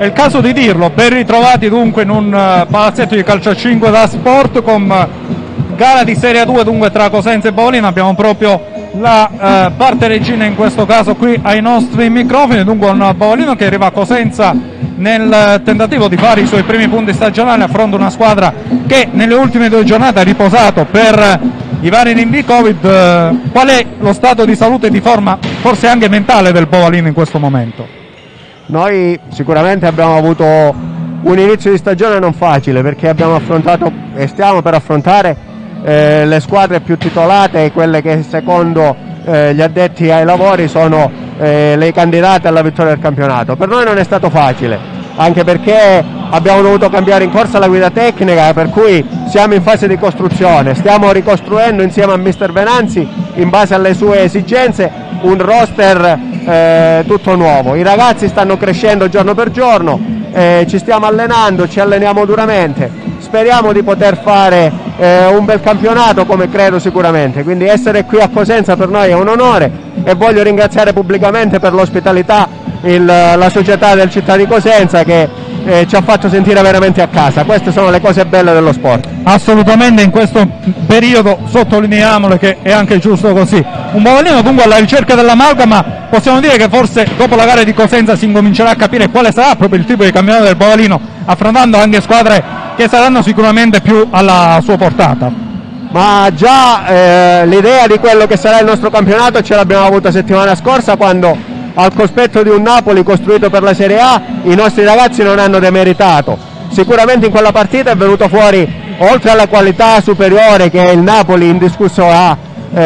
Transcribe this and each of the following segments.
È il caso di dirlo, ben ritrovati dunque in un palazzetto di calcio a 5 da sport con gara di Serie 2 dunque tra Cosenza e Bovolino. Abbiamo proprio la parte regina in questo caso qui ai nostri microfoni, dunque un Bovolino che arriva a Cosenza nel tentativo di fare i suoi primi punti stagionali, affronta una squadra che nelle ultime 2 giornate ha riposato per i vari rinvii Covid. Qual è lo stato di salute e di forma, forse anche mentale, del Bovolino in questo momento? Noi sicuramente abbiamo avuto un inizio di stagione non facile, perché abbiamo affrontato e stiamo per affrontare le squadre più titolate, quelle che secondo gli addetti ai lavori sono le candidate alla vittoria del campionato. Per noi non è stato facile, anche perché abbiamo dovuto cambiare in corsa la guida tecnica, per cui siamo in fase di costruzione, stiamo ricostruendo insieme a mister Venanzi, in base alle sue esigenze, un roster tutto nuovo. I ragazzi stanno crescendo giorno per giorno, ci stiamo allenando, ci alleniamo duramente, speriamo di poter fare un bel campionato, come credo sicuramente. Quindi essere qui a Cosenza per noi è un onore e voglio ringraziare pubblicamente per l'ospitalità la società del Città di Cosenza, che ci ha fatto sentire veramente a casa. Queste sono le cose belle dello sport. Assolutamente, in questo periodo sottolineiamole che è anche giusto così. Un Bovolino dunque alla ricerca dell'amalgama. Possiamo dire che forse dopo la gara di Cosenza si incomincerà a capire quale sarà proprio il tipo di campionato del Bovolino, affrontando anche squadre che saranno sicuramente più alla sua portata. Ma già l'idea di quello che sarà il nostro campionato ce l'abbiamo avuta settimana scorsa, quando al cospetto di un Napoli costruito per la Serie A i nostri ragazzi non hanno demeritato. Sicuramente in quella partita è venuto fuori, oltre alla qualità superiore che il Napoli indiscusso ha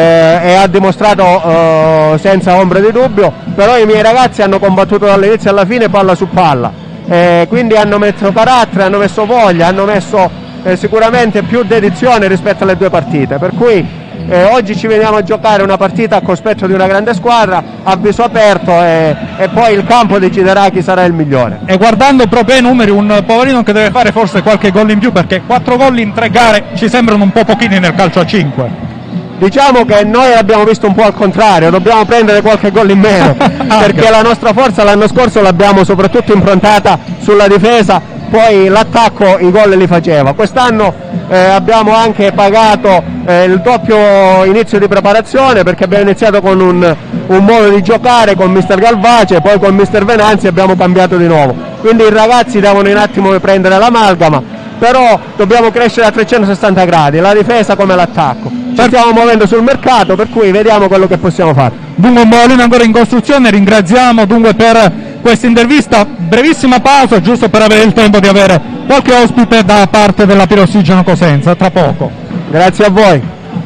e ha dimostrato senza ombra di dubbio, però i miei ragazzi hanno combattuto dall'inizio alla fine palla su palla, quindi hanno messo carattere, hanno messo voglia, hanno messo sicuramente più dedizione rispetto alle 2 partite, per cui oggi ci veniamo a giocare una partita a cospetto di una grande squadra, a viso aperto, e poi il campo deciderà chi sarà il migliore. E guardando proprio ai numeri, un Bovolino che deve fare forse qualche gol in più, perché 4 gol in 3 gare ci sembrano un po' pochini nel calcio a 5. Diciamo che noi l'abbiamo visto un po' al contrario, dobbiamo prendere qualche gol in meno, perché la nostra forza l'anno scorso l'abbiamo soprattutto improntata sulla difesa, poi l'attacco i gol li faceva. Quest'anno abbiamo anche pagato il doppio inizio di preparazione, perché abbiamo iniziato con un modo di giocare con mister Galvace, poi con mister Venanzi abbiamo cambiato di nuovo, quindi i ragazzi devono un attimo prendere l'amalgama, però dobbiamo crescere a 360 gradi, la difesa come l'attacco. Ci stiamo muovendo sul mercato, per cui vediamo quello che possiamo fare. Dunque un Bovolino ancora in costruzione. Ringraziamo dunque per questa intervista, brevissima pausa giusto per avere il tempo di avere qualche ospite da parte della Pirossigeno Cosenza tra poco. Grazie a voi.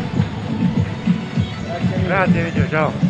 Grazie Vigio, ciao.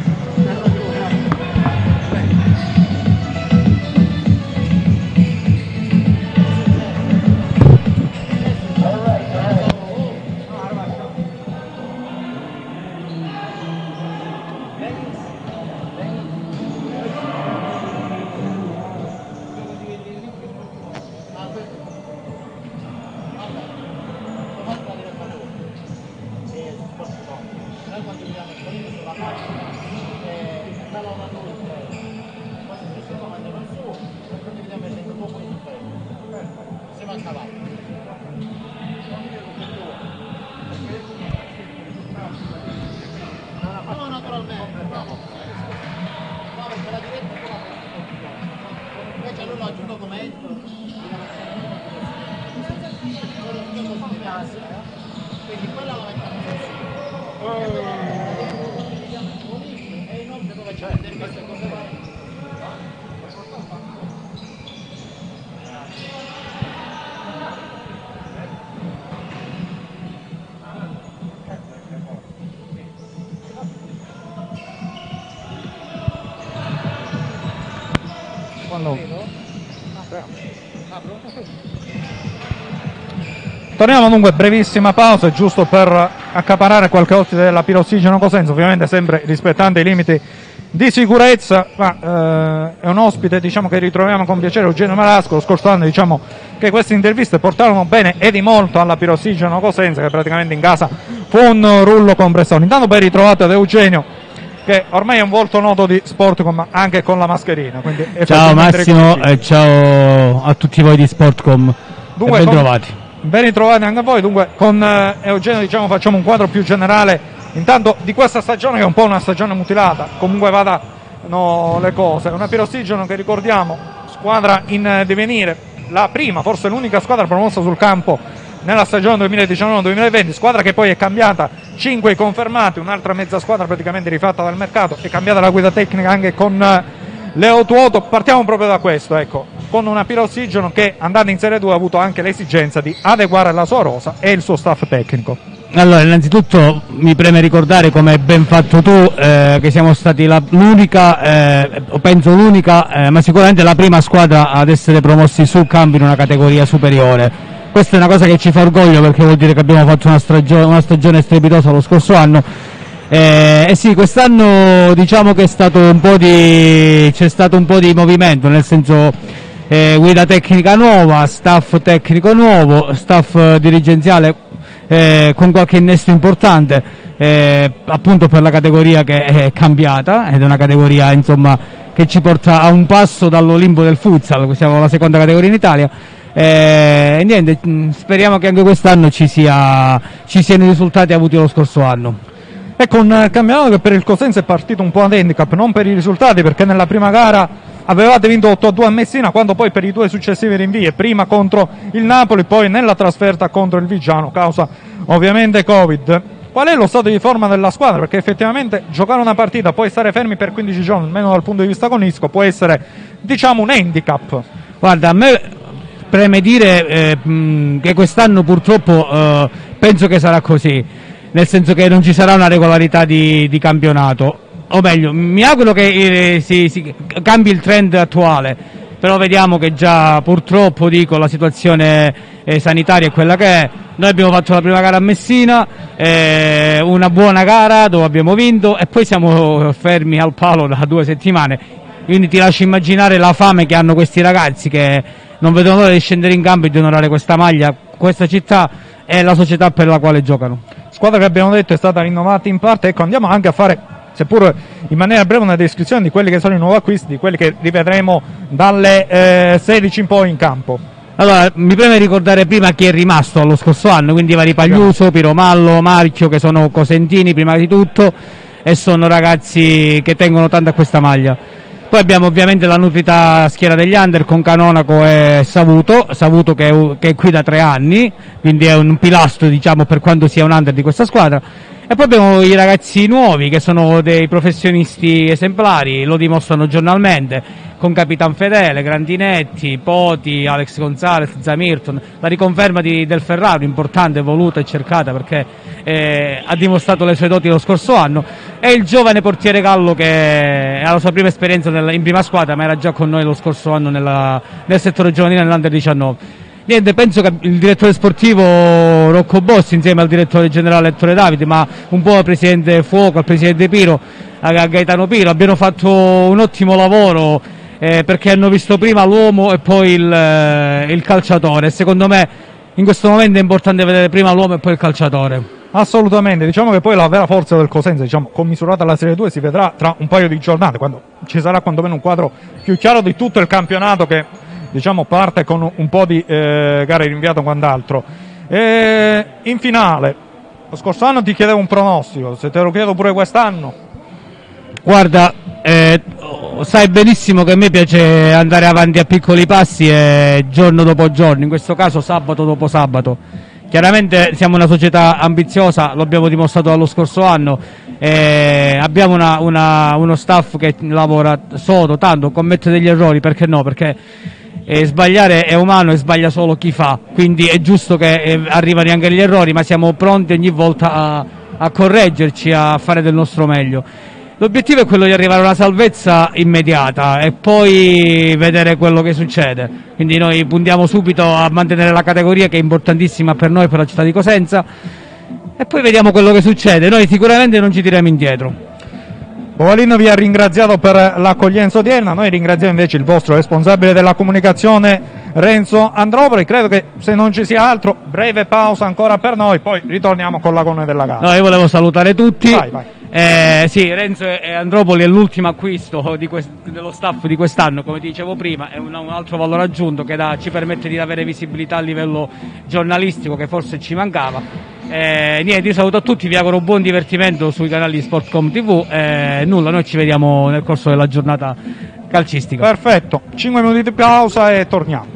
Torniamo dunque, brevissima pausa giusto per accaparrare qualche ospite della Pirossigeno Cosenza, ovviamente sempre rispettando i limiti di sicurezza, ma è un ospite diciamo che ritroviamo con piacere, Eugenio Marasco. Lo scorso anno diciamo che queste interviste portarono bene e di molto alla Pirossigeno Cosenza, che praticamente in casa fu un rullo compressore. Intanto poi ritrovato ad Eugenio che ormai è un volto noto di Sportcom anche con la mascherina. Quindi ciao Massimo e ciao a tutti voi di Sportcom. Dunque, ben trovati. Ben ritrovati anche a voi. Dunque con Eugenio diciamo facciamo un quadro più generale intanto di questa stagione, che è un po' una stagione mutilata, comunque vadano le cose. Una Pirossigeno che ricordiamo, squadra in divenire, la prima, forse l'unica squadra promossa sul campo nella stagione 2019-2020, squadra che poi è cambiata, 5 confermati, un'altra mezza squadra praticamente rifatta dal mercato, è cambiata la guida tecnica anche con Leo Tuoto. Partiamo proprio da questo, ecco, con una Pirossigeno che andando in Serie 2 ha avuto anche l'esigenza di adeguare la sua rosa e il suo staff tecnico. Allora, innanzitutto mi preme ricordare, come hai ben fatto tu, che siamo stati l'unica, penso l'unica, ma sicuramente la prima squadra ad essere promossi sul campo in una categoria superiore. Questa è una cosa che ci fa orgoglio, perché vuol dire che abbiamo fatto una stagione strepitosa lo scorso anno. Sì, quest'anno diciamo che c'è stato un po' di movimento, nel senso guida tecnica nuova, staff tecnico nuovo, staff dirigenziale con qualche innesto importante, appunto per la categoria che è cambiata, ed è una categoria insomma che ci porta a un passo dall'Olimpo del futsal. Siamo la seconda categoria in Italia. E niente, speriamo che anche quest'anno ci siano i risultati avuti lo scorso anno. Ecco, un campionato che per il Cosenza è partito un po' ad handicap, non per i risultati, perché nella prima gara avevate vinto 8-2 a Messina, quando poi per i due successivi rinvii, prima contro il Napoli, poi nella trasferta contro il Viggiano, causa ovviamente Covid. Qual è lo stato di forma della squadra? Perché effettivamente giocare una partita, poi stare fermi per 15 giorni, almeno dal punto di vista agonistico, può essere, diciamo, un handicap. Guarda, a me preme dire che quest'anno purtroppo penso che sarà così, nel senso che non ci sarà una regolarità di campionato, o meglio, mi auguro che si cambi il trend attuale, però vediamo che già purtroppo, dico, la situazione sanitaria è quella che è. Noi abbiamo fatto la prima gara a Messina, una buona gara dove abbiamo vinto, e poi siamo fermi al palo da 2 settimane, quindi ti lascio immaginare la fame che hanno questi ragazzi, che non vedono l'ora di scendere in campo e di onorare questa maglia, questa città e la società per la quale giocano. Squadra che abbiamo detto è stata rinnovata in parte. Ecco, andiamo anche a fare, seppur in maniera breve, una descrizione di quelli che sono i nuovi acquisti, di quelli che rivedremo dalle 16 in poi in campo. Allora, mi preme ricordare prima chi è rimasto allo scorso anno, quindi vari Pagliuso, Piromallo, Marchio, che sono cosentini prima di tutto, e sono ragazzi che tengono tanto a questa maglia. Poi abbiamo ovviamente la nutrita schiera degli under con Canonaco e Savuto che è qui da 3 anni, quindi è un pilastro, diciamo, per quanto sia un under di questa squadra. E poi abbiamo i ragazzi nuovi che sono dei professionisti esemplari, lo dimostrano giornalmente, con Capitan Fedele, Grandinetti, Poti, Alex Gonzalez, Zamirton, la riconferma del Ferraro, importante, voluta e cercata, perché ha dimostrato le sue doti lo scorso anno, e il giovane portiere Gallo, che ha la sua prima esperienza in prima squadra, ma era già con noi lo scorso anno nel settore giovanile, nell'Under 19. Niente, penso che il direttore sportivo Rocco Bossi, insieme al direttore generale Ettore Davide, ma un po' al presidente Fuoco, al presidente Piro, a Gaetano Piro, abbiano fatto un ottimo lavoro, perché hanno visto prima l'uomo e poi il calciatore. Secondo me in questo momento è importante vedere prima l'uomo e poi il calciatore. Assolutamente, diciamo che poi la vera forza del Cosenza, diciamo, commisurata alla Serie 2, si vedrà tra un paio di giornate, quando ci sarà quantomeno un quadro più chiaro di tutto il campionato, che diciamo parte con un po' di gare rinviate o quant'altro. In finale, lo scorso anno ti chiedevo un pronostico, se te lo chiedo pure quest'anno. Guarda, sai benissimo che a me piace andare avanti a piccoli passi, e giorno dopo giorno, in questo caso sabato dopo sabato. Chiaramente siamo una società ambiziosa, lo abbiamo dimostrato dallo scorso anno, abbiamo uno staff che lavora sodo, tanto commette degli errori, perché no? Perché sbagliare è umano e sbaglia solo chi fa, quindi è giusto che arrivano anche gli errori, ma siamo pronti ogni volta a correggerci, a fare del nostro meglio. L'obiettivo è quello di arrivare a una salvezza immediata e poi vedere quello che succede, quindi noi puntiamo subito a mantenere la categoria, che è importantissima per noi e per la città di Cosenza, e poi vediamo quello che succede. Noi sicuramente non ci tiriamo indietro. Bovalino vi ha ringraziato per l'accoglienza odierna, noi ringraziamo invece il vostro responsabile della comunicazione Renzo Andropoli. Credo che, se non ci sia altro, breve pausa ancora per noi, poi ritorniamo con l'agone della gara. No, io volevo salutare tutti. Vai. Sì, Renzo e Andropoli è l'ultimo acquisto dello staff di quest'anno, come dicevo prima, è un altro valore aggiunto che ci permette di avere visibilità a livello giornalistico che forse ci mancava. Niente, io saluto a tutti, vi auguro buon divertimento sui canali di Sportcom TV. Nulla, noi ci vediamo nel corso della giornata calcistica. Perfetto, 5 minuti di pausa e torniamo.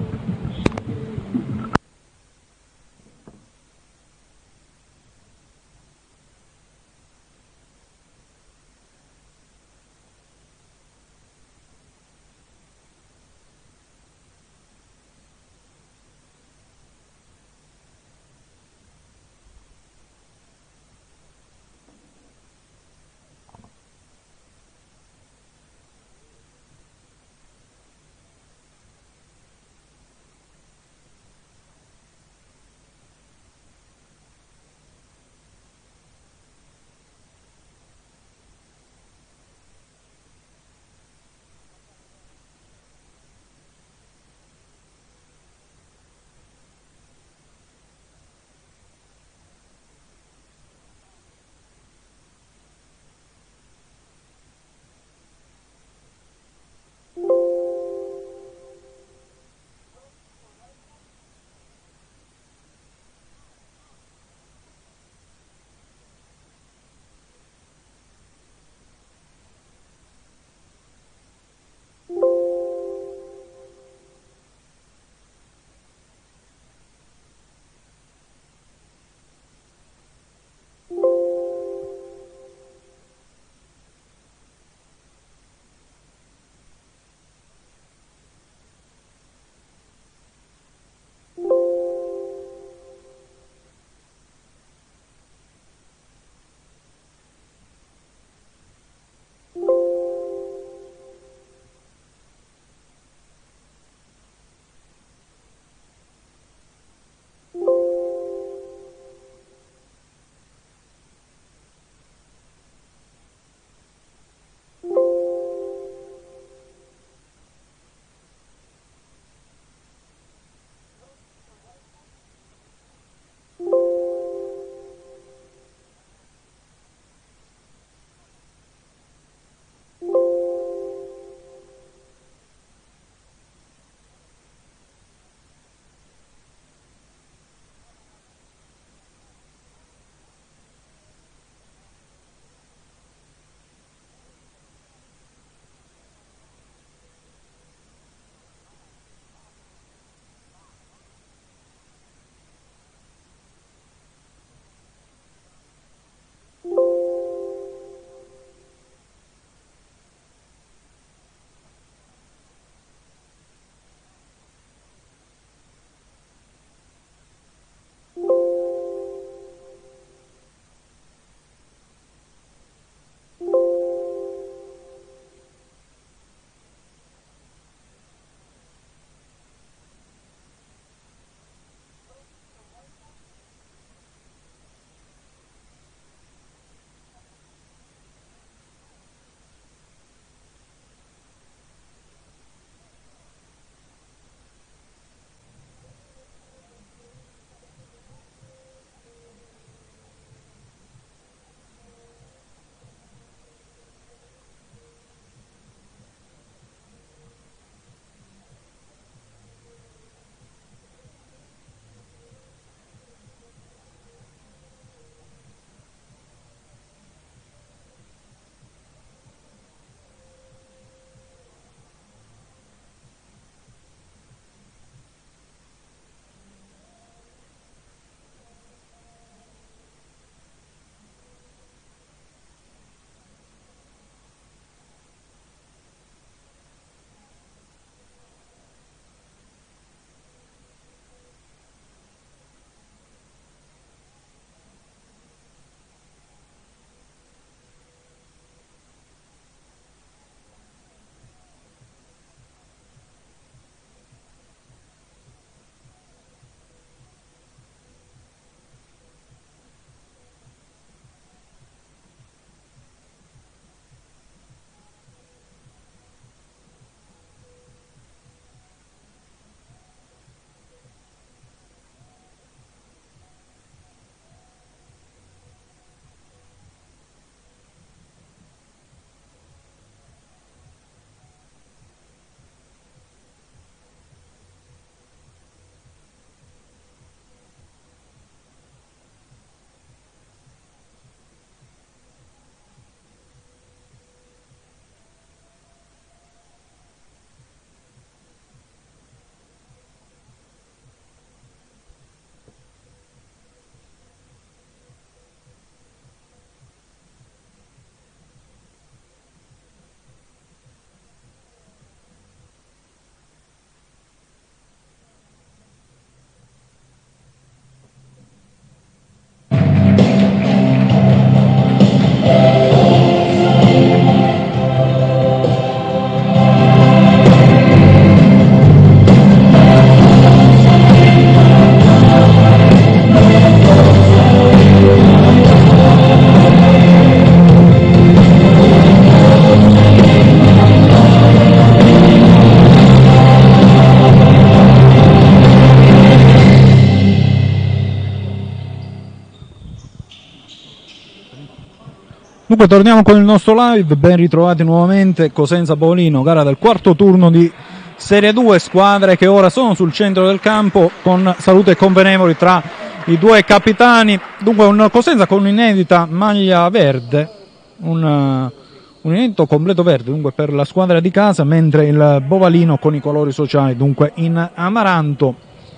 Dunque torniamo con il nostro live, ben ritrovati nuovamente. Cosenza Paolino, gara del quarto turno di Serie 2, squadre che ora sono sul centro del campo con salute convenevoli tra i due capitani. Dunque un Cosenza con un'inedita maglia verde, un inedito completo verde dunque per la squadra di casa, mentre il Bovalino con i colori sociali dunque in amaranto.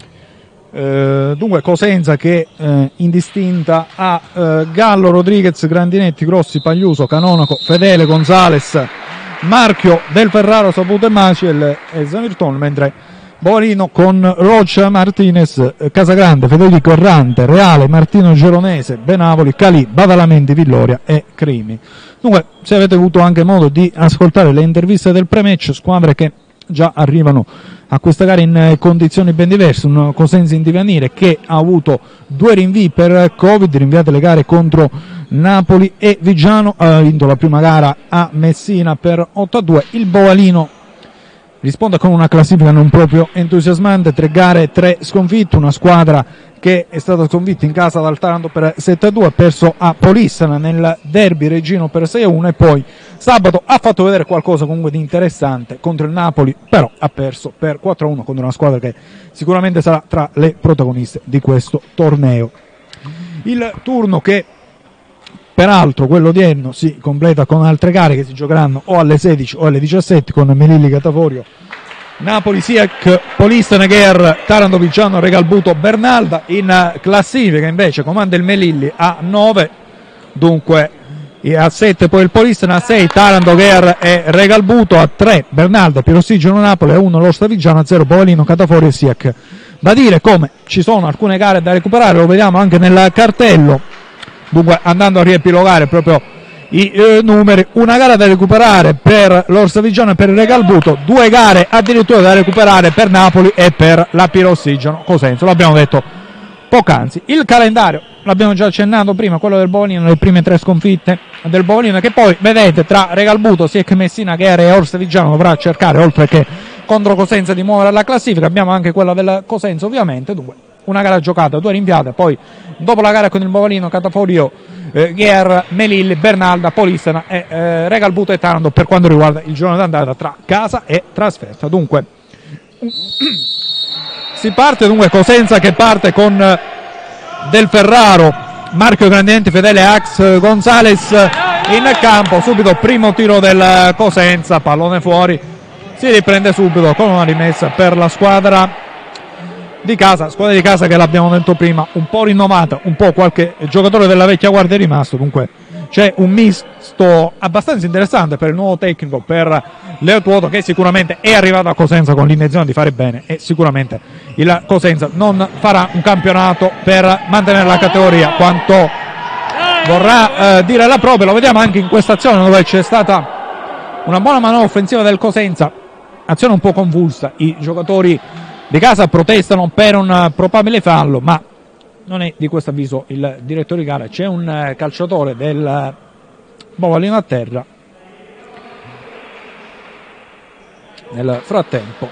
Dunque Cosenza che indistinta ha Gallo, Rodriguez, Grandinetti, Grossi, Pagliuso, Canonaco, Fedele, Gonzales, Marchio, Del Ferraro, Saputo, Maciel e Zamirton, mentre Bovalino con Rocha, Martinez, Casagrande, Federico Errante, Reale, Martino Geronese, Benavoli, Calì, Badalamenti, Villoria e Crimi. Dunque, se avete avuto anche modo di ascoltare le interviste del pre-match, squadre che già arrivano a questa gara in condizioni ben diverse, un Cosenza in divenire che ha avuto 2 rinvii per Covid, rinviate le gare contro Napoli e Viggiano, ha vinto la prima gara a Messina per 8-2, il Bovalino risponde con una classifica non proprio entusiasmante, 3 gare, 3 sconfitte, una squadra che è stata sconfitta in casa dal Taranto per 7-2, ha perso a Polissena nel derby reggino per 6-1 e poi sabato ha fatto vedere qualcosa comunque di interessante contro il Napoli, però ha perso per 4-1 contro una squadra che sicuramente sarà tra le protagoniste di questo torneo. Il turno che peraltro quello odierno si completa con altre gare che si giocheranno o alle 16 o alle 17 con Melilli, Cataforio, Napoli, Siak, Polissena, Gher, Taranto, Viggiano, Regalbuto, Bernalda. In classifica invece comanda il Melilli a 9, dunque a 7 poi il Polissena, a 6 Taranto, Gher e Regalbuto, a 3 Bernalda, Pirossigeno, Napoli, a 1 l'Orsa Viggiano, a 0 Bovalino, Cataforio e Siak. Da dire come ci sono alcune gare da recuperare, lo vediamo anche nel cartello. Dunque andando a riepilogare proprio i numeri, una gara da recuperare per l'Orsa Viggiano e per il Regalbuto, 2 gare addirittura da recuperare per Napoli e per la Pirossigeno Cosenza, lo abbiamo detto poc'anzi. Il calendario l'abbiamo già accennato prima, quello del Bovalino, le prime 3 sconfitte del Bovalino, che poi vedete tra Regalbuto, Siek, Messina, Ghere e Orsa Viggiano dovrà cercare, oltre che contro Cosenza, di muovere la classifica. Abbiamo anche quella del Cosenza ovviamente, dunque una gara giocata, 2 rinviate, poi dopo la gara con il Bovalino, Cataforio, Gher, Melilli, Bernalda, Polissena e Regalbuto e Taranto per quanto riguarda il giorno d'andata tra casa e trasferta. Dunque si parte, dunque Cosenza che parte con Del Ferraro, Marchio, Grandinetti, Fedele, Ax, Gonzales in campo. Subito primo tiro del Cosenza, pallone fuori, si riprende subito con una rimessa per la squadra di casa che l'abbiamo detto prima, un po' rinnovata, un po' qualche giocatore della vecchia guardia è rimasto, dunque c'è un misto abbastanza interessante per il nuovo tecnico, per Leo Tuoto, che sicuramente è arrivato a Cosenza con l'intenzione di fare bene e sicuramente il Cosenza non farà un campionato per mantenere la categoria quanto vorrà dire la propria. Lo vediamo anche in questa azione dove c'è stata una buona manovra offensiva del Cosenza, azione un po' convulsa, i giocatori di casa protestano per un probabile fallo, ma non è di questo avviso il direttore di gara. C'è un calciatore del Bovalino a terra. Nel frattempo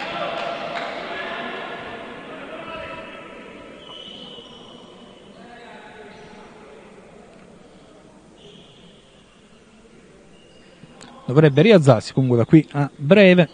dovrebbe rialzarsi comunque da qui a breve,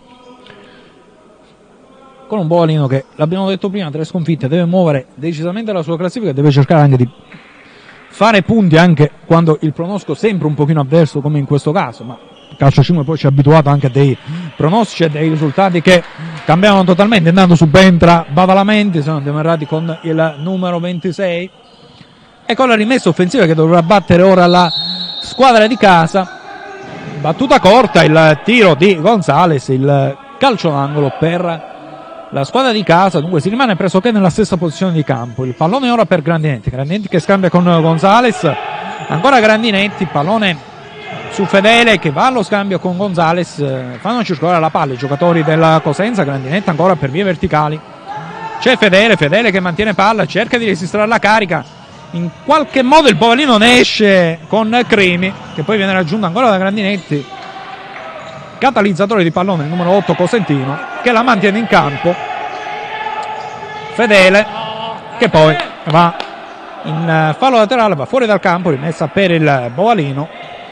con un Bovalino che, l'abbiamo detto prima, 3 sconfitte, deve muovere decisamente la sua classifica, deve cercare anche di fare punti anche quando il pronostico sembra un pochino avverso come in questo caso, ma il calcio 5 poi ci ha abituato anche a dei pronostici e dei risultati che cambiavano totalmente. Intanto subentra Badalamenti, sono demerrati con il numero 26 e con la rimessa offensiva che dovrà battere ora la squadra di casa. Battuta corta, il tiro di Gonzales, il calcio d'angolo per la squadra di casa, dunque si rimane pressoché nella stessa posizione di campo. Il pallone ora per Grandinetti che scambia con Gonzales, ancora Grandinetti, pallone su Fedele che va allo scambio con Gonzales, fanno circolare la palla i giocatori della Cosenza. Grandinetti ancora per vie verticali, c'è Fedele che mantiene palla, cerca di resistere alla carica, in qualche modo il Bovalino ne esce con Crimi che poi viene raggiunto ancora da Grandinetti, catalizzatore di pallone il numero 8 Cosentino, che la mantiene in campo. Fedele che poi va in fallo laterale, va fuori dal campo, rimessa per il Bovalino.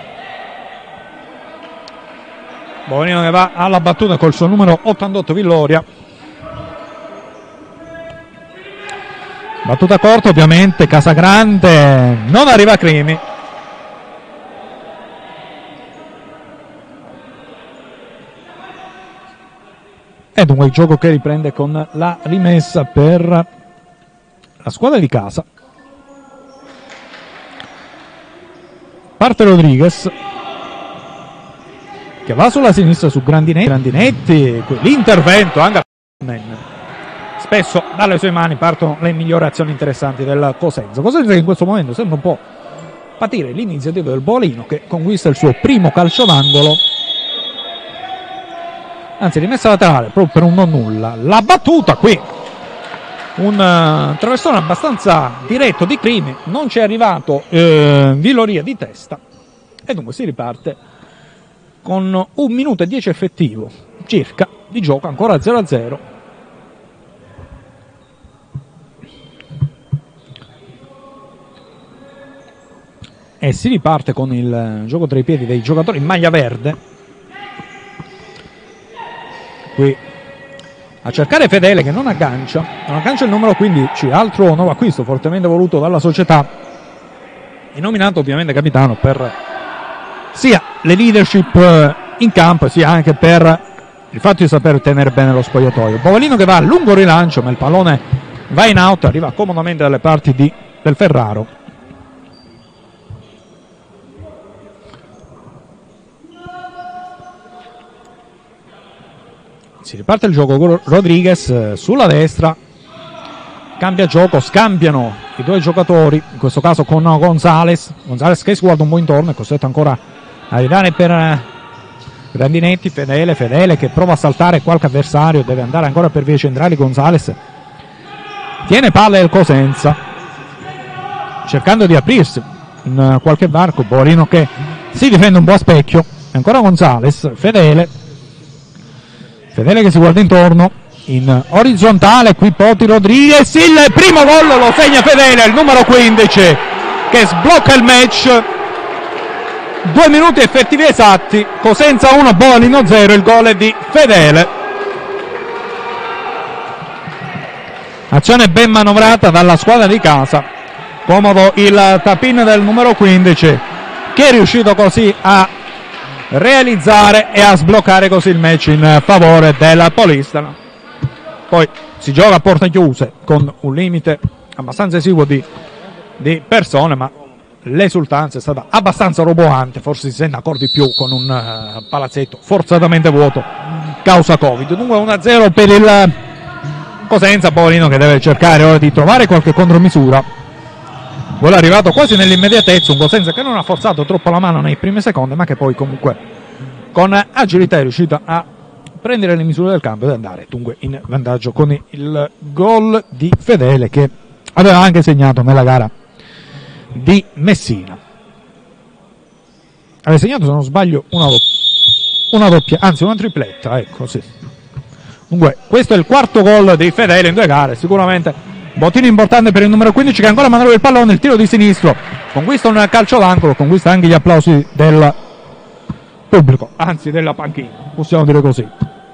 Bovalino che va alla battuta col suo numero 88 Villoria. Battuta corta ovviamente, Casagrande, non arriva Crimi. E dunque il gioco che riprende con la rimessa per la squadra di casa. Parte Rodriguez che va sulla sinistra su Grandinetti, l'intervento anche spesso dalle sue mani partono le migliori azioni interessanti del Cosenza che in questo momento sembra un po' patire l'iniziativa del Bovalino, che conquista il suo primo calcio d'angolo, anzi rimessa laterale proprio per un non nulla. La battuta qui, un traversone abbastanza diretto di Crimi, non ci è arrivato Villoria di testa e dunque si riparte con 1 minuto e 10 effettivo circa di gioco, ancora 0-0. E si riparte con il gioco tra i piedi dei giocatori in maglia verde. Qui a cercare Fedele che non aggancia il numero 15, altro nuovo acquisto fortemente voluto dalla società e nominato ovviamente capitano per sia le leadership in campo sia anche per il fatto di saper tenere bene lo spogliatoio. Bovalino che va a lungo rilancio, ma il pallone va in out, arriva comodamente dalle parti del Ferraro. Si riparte il gioco con Rodriguez sulla destra, cambia gioco, scambiano i due giocatori, in questo caso con Gonzales che si guarda un po' intorno, è costretto ancora a arrivare per Grandinetti. Fedele che prova a saltare qualche avversario, deve andare ancora per vie centrali. Gonzales tiene palle del Cosenza cercando di aprirsi in qualche varco. Bovalino che si difende un po' a specchio, ancora Gonzales. Fedele che si guarda intorno in orizzontale, qui Poti Rodriguez, il primo gol lo segna Fedele, il numero 15 che sblocca il match. 2 minuti effettivi esatti, Cosenza 1, Bovalino 0, il gol è di Fedele. Azione ben manovrata dalla squadra di casa, comodo il tap-in del numero 15 che è riuscito così a realizzare e a sbloccare così il match in favore del Polistena. Poi si gioca a porte chiuse con un limite abbastanza esiguo di persone, ma l'esultanza è stata abbastanza roboante, forse si sente ancora di più con un palazzetto forzatamente vuoto causa Covid. Dunque 1-0 per il Cosenza. Bovalino che deve cercare ora di trovare qualche contromisura. Gol arrivato quasi nell'immediatezza, un Cosenza che non ha forzato troppo la mano nei primi secondi, ma che poi comunque con agilità è riuscito a prendere le misure del campo ed andare dunque in vantaggio con il gol di Fedele, che aveva anche segnato nella gara di Messina. Aveva segnato, se non sbaglio, una doppia, anzi una tripletta, ecco, sì. Dunque questo è il quarto gol di Fedele in 2 gare, sicuramente bottino importante per il numero 15 che ancora manovra il pallone, il tiro di sinistro, conquista un calcio d'angolo, conquista anche gli applausi del pubblico, anzi della panchina, possiamo dire così.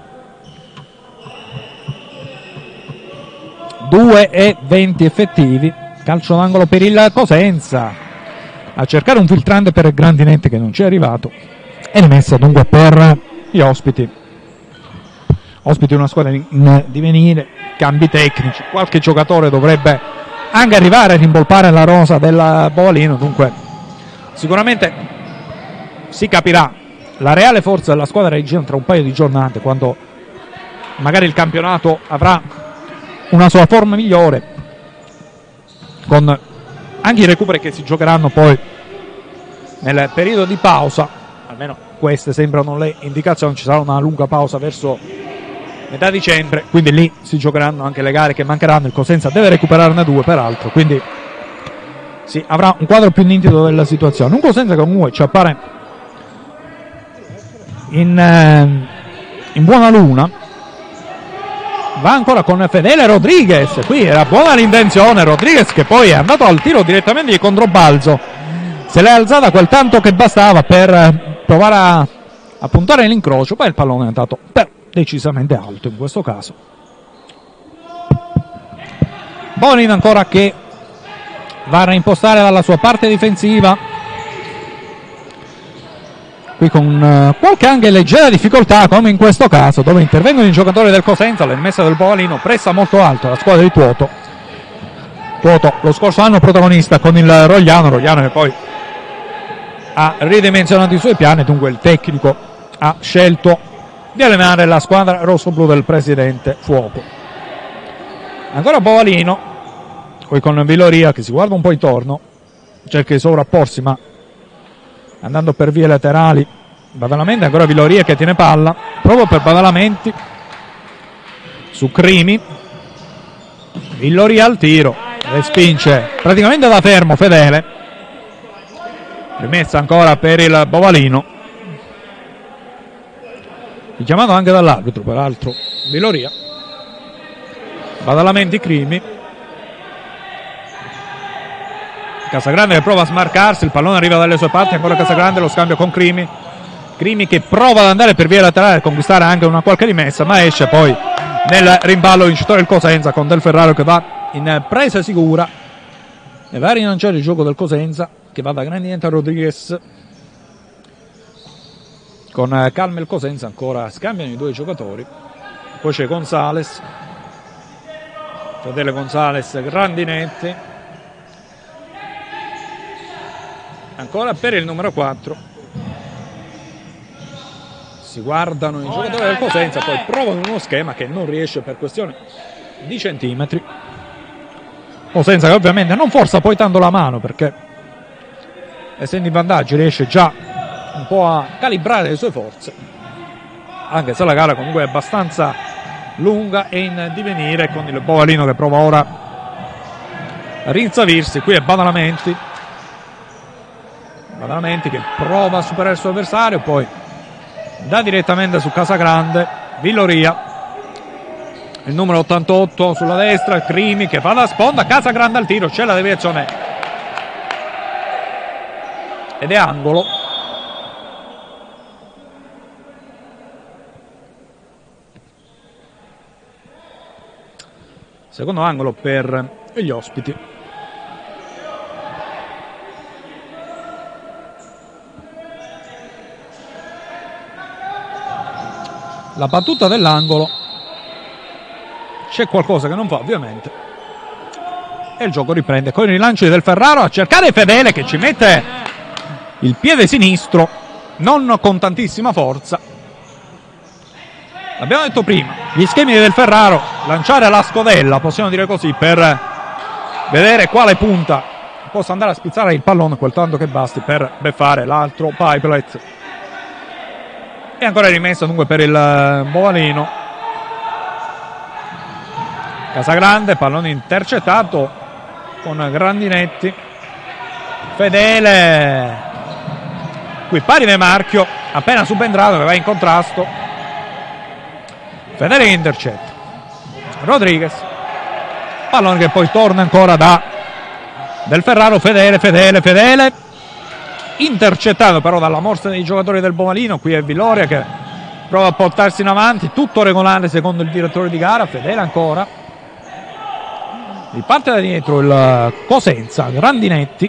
2:20 effettivi, calcio d'angolo per il Cosenza, a cercare un filtrante per Grandinetti che non ci è arrivato, e rimessa dunque per gli ospiti una squadra in divenire, cambi tecnici, qualche giocatore dovrebbe anche arrivare a rimpolpare la rosa del Bovalino. Dunque sicuramente si capirà la reale forza della squadra regina tra un paio di giornate, quando magari il campionato avrà una sua forma migliore, con anche i recuperi che si giocheranno poi nel periodo di pausa. Almeno queste sembrano le indicazioni, ci sarà una lunga pausa verso metà dicembre, quindi lì si giocheranno anche le gare che mancheranno. Il Cosenza deve recuperarne 2 peraltro, quindi si avrà un quadro più nitido della situazione. Un Cosenza che comunque ci appare in buona luna va ancora con Fedele Rodriguez. Qui era buona l'intenzione, Rodriguez che poi è andato al tiro direttamente di controbalzo, se l'è alzata quel tanto che bastava per provare a puntare l'incrocio, poi il pallone è andato decisamente alto in questo caso. Bonin ancora che va a reimpostare dalla sua parte difensiva, qui con qualche anche leggera difficoltà, come in questo caso dove intervengono i giocatori del Cosenza. La rimessa del Bovalino pressa molto alto la squadra di Tuoto lo scorso anno protagonista con il Rogliano che poi ha ridimensionato i suoi piani, dunque il tecnico ha scelto di allenare la squadra rossoblu del presidente Fuoco. Ancora Bovalino, poi con Viloria che si guarda un po' intorno, cerca di sovrapporsi ma andando per vie laterali. Badalamenti, ancora Viloria che tiene palla, proprio per Badalamenti su Crimi. Viloria al tiro, respinge praticamente da fermo Fedele. Rimessa ancora per il Bovalino, richiamato anche dall'arbitro peraltro Viloria. Badalamenti, Crimi. Casagrande che prova a smarcarsi, il pallone arriva dalle sue parti, ancora Casagrande, lo scambio con Crimi che prova ad andare per via laterale e conquistare anche una qualche rimessa, ma esce poi nel rimballo vincitore il Cosenza con Del Ferraro che va in presa sicura e va a rilanciare il gioco del Cosenza che va da Grandinetti a Rodriguez. Con calma il Cosenza ancora scambiano i due giocatori, poi c'è Gonzales, Fedele Gonzales, Grandinetti, ancora per il numero 4. Si guardano i giocatori del Cosenza, poi provano uno schema che non riesce per questione di centimetri. Cosenza che ovviamente non forza poi tanto la mano perché essendo in vantaggio riesce già un po' a calibrare le sue forze, anche se la gara comunque è abbastanza lunga e in divenire, con il Bovalino che prova ora a rinsavirsi. Qui è Badalamenti che prova a superare il suo avversario, poi dà direttamente su Casagrande. Viloria, il numero 88 sulla destra, Crimi che va da sponda, Casagrande al tiro, c'è la deviazione ed è angolo. Secondo angolo per gli ospiti. La battuta dell'angolo, c'è qualcosa che non va ovviamente e il gioco riprende con il rilancio Del Ferraro a cercare Fedele che ci mette il piede sinistro, non con tantissima forza. L'abbiamo detto prima, gli schemi di Del Ferraro, lanciare alla scodella, possiamo dire così, per vedere quale punta possa andare a spizzare il pallone quel tanto che basti per beffare l'altro pipelet. E ancora rimessa dunque per il Bovalino. Casagrande, pallone intercettato con Grandinetti. Fedele, qui pari di marchio, appena subentrato che va in contrasto. Fedele che intercetta. Rodriguez, pallone che poi torna ancora da Del Ferraro. Fedele intercettato però dalla morsa dei giocatori del Bovalino. Qui è Viloria che prova a portarsi in avanti, tutto regolare secondo il direttore di gara. Fedele ancora, riparte da dietro il Cosenza. Grandinetti,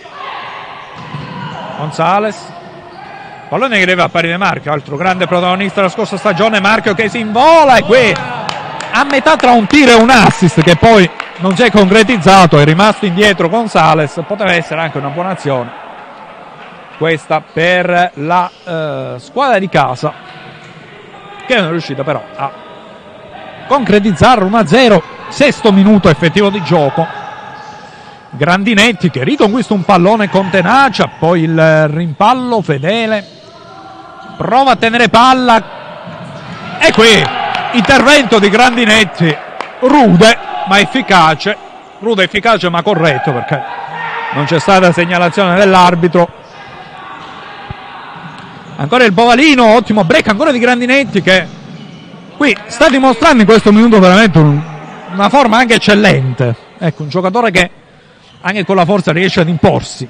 Gonzales, pallone che deve a pari di Marchio, altro grande protagonista della scorsa stagione. Marchio che si invola e qui a metà tra un tiro e un assist che poi non si è concretizzato, è rimasto indietro Gonzales. Poteva essere anche una buona azione questa per la squadra di casa, che non è riuscita però a concretizzare. 1-0, sesto minuto effettivo di gioco. Grandinetti che riconquista un pallone con tenacia, poi il rimpallo. Fedele prova a tenere palla e qui intervento di Grandinetti rude ma efficace, ma corretto perché non c'è stata segnalazione dell'arbitro. Ancora il Bovalino, ottimo break ancora di Grandinetti che qui sta dimostrando in questo minuto veramente una forma anche eccellente. Ecco, un giocatore che anche con la forza riesce ad imporsi.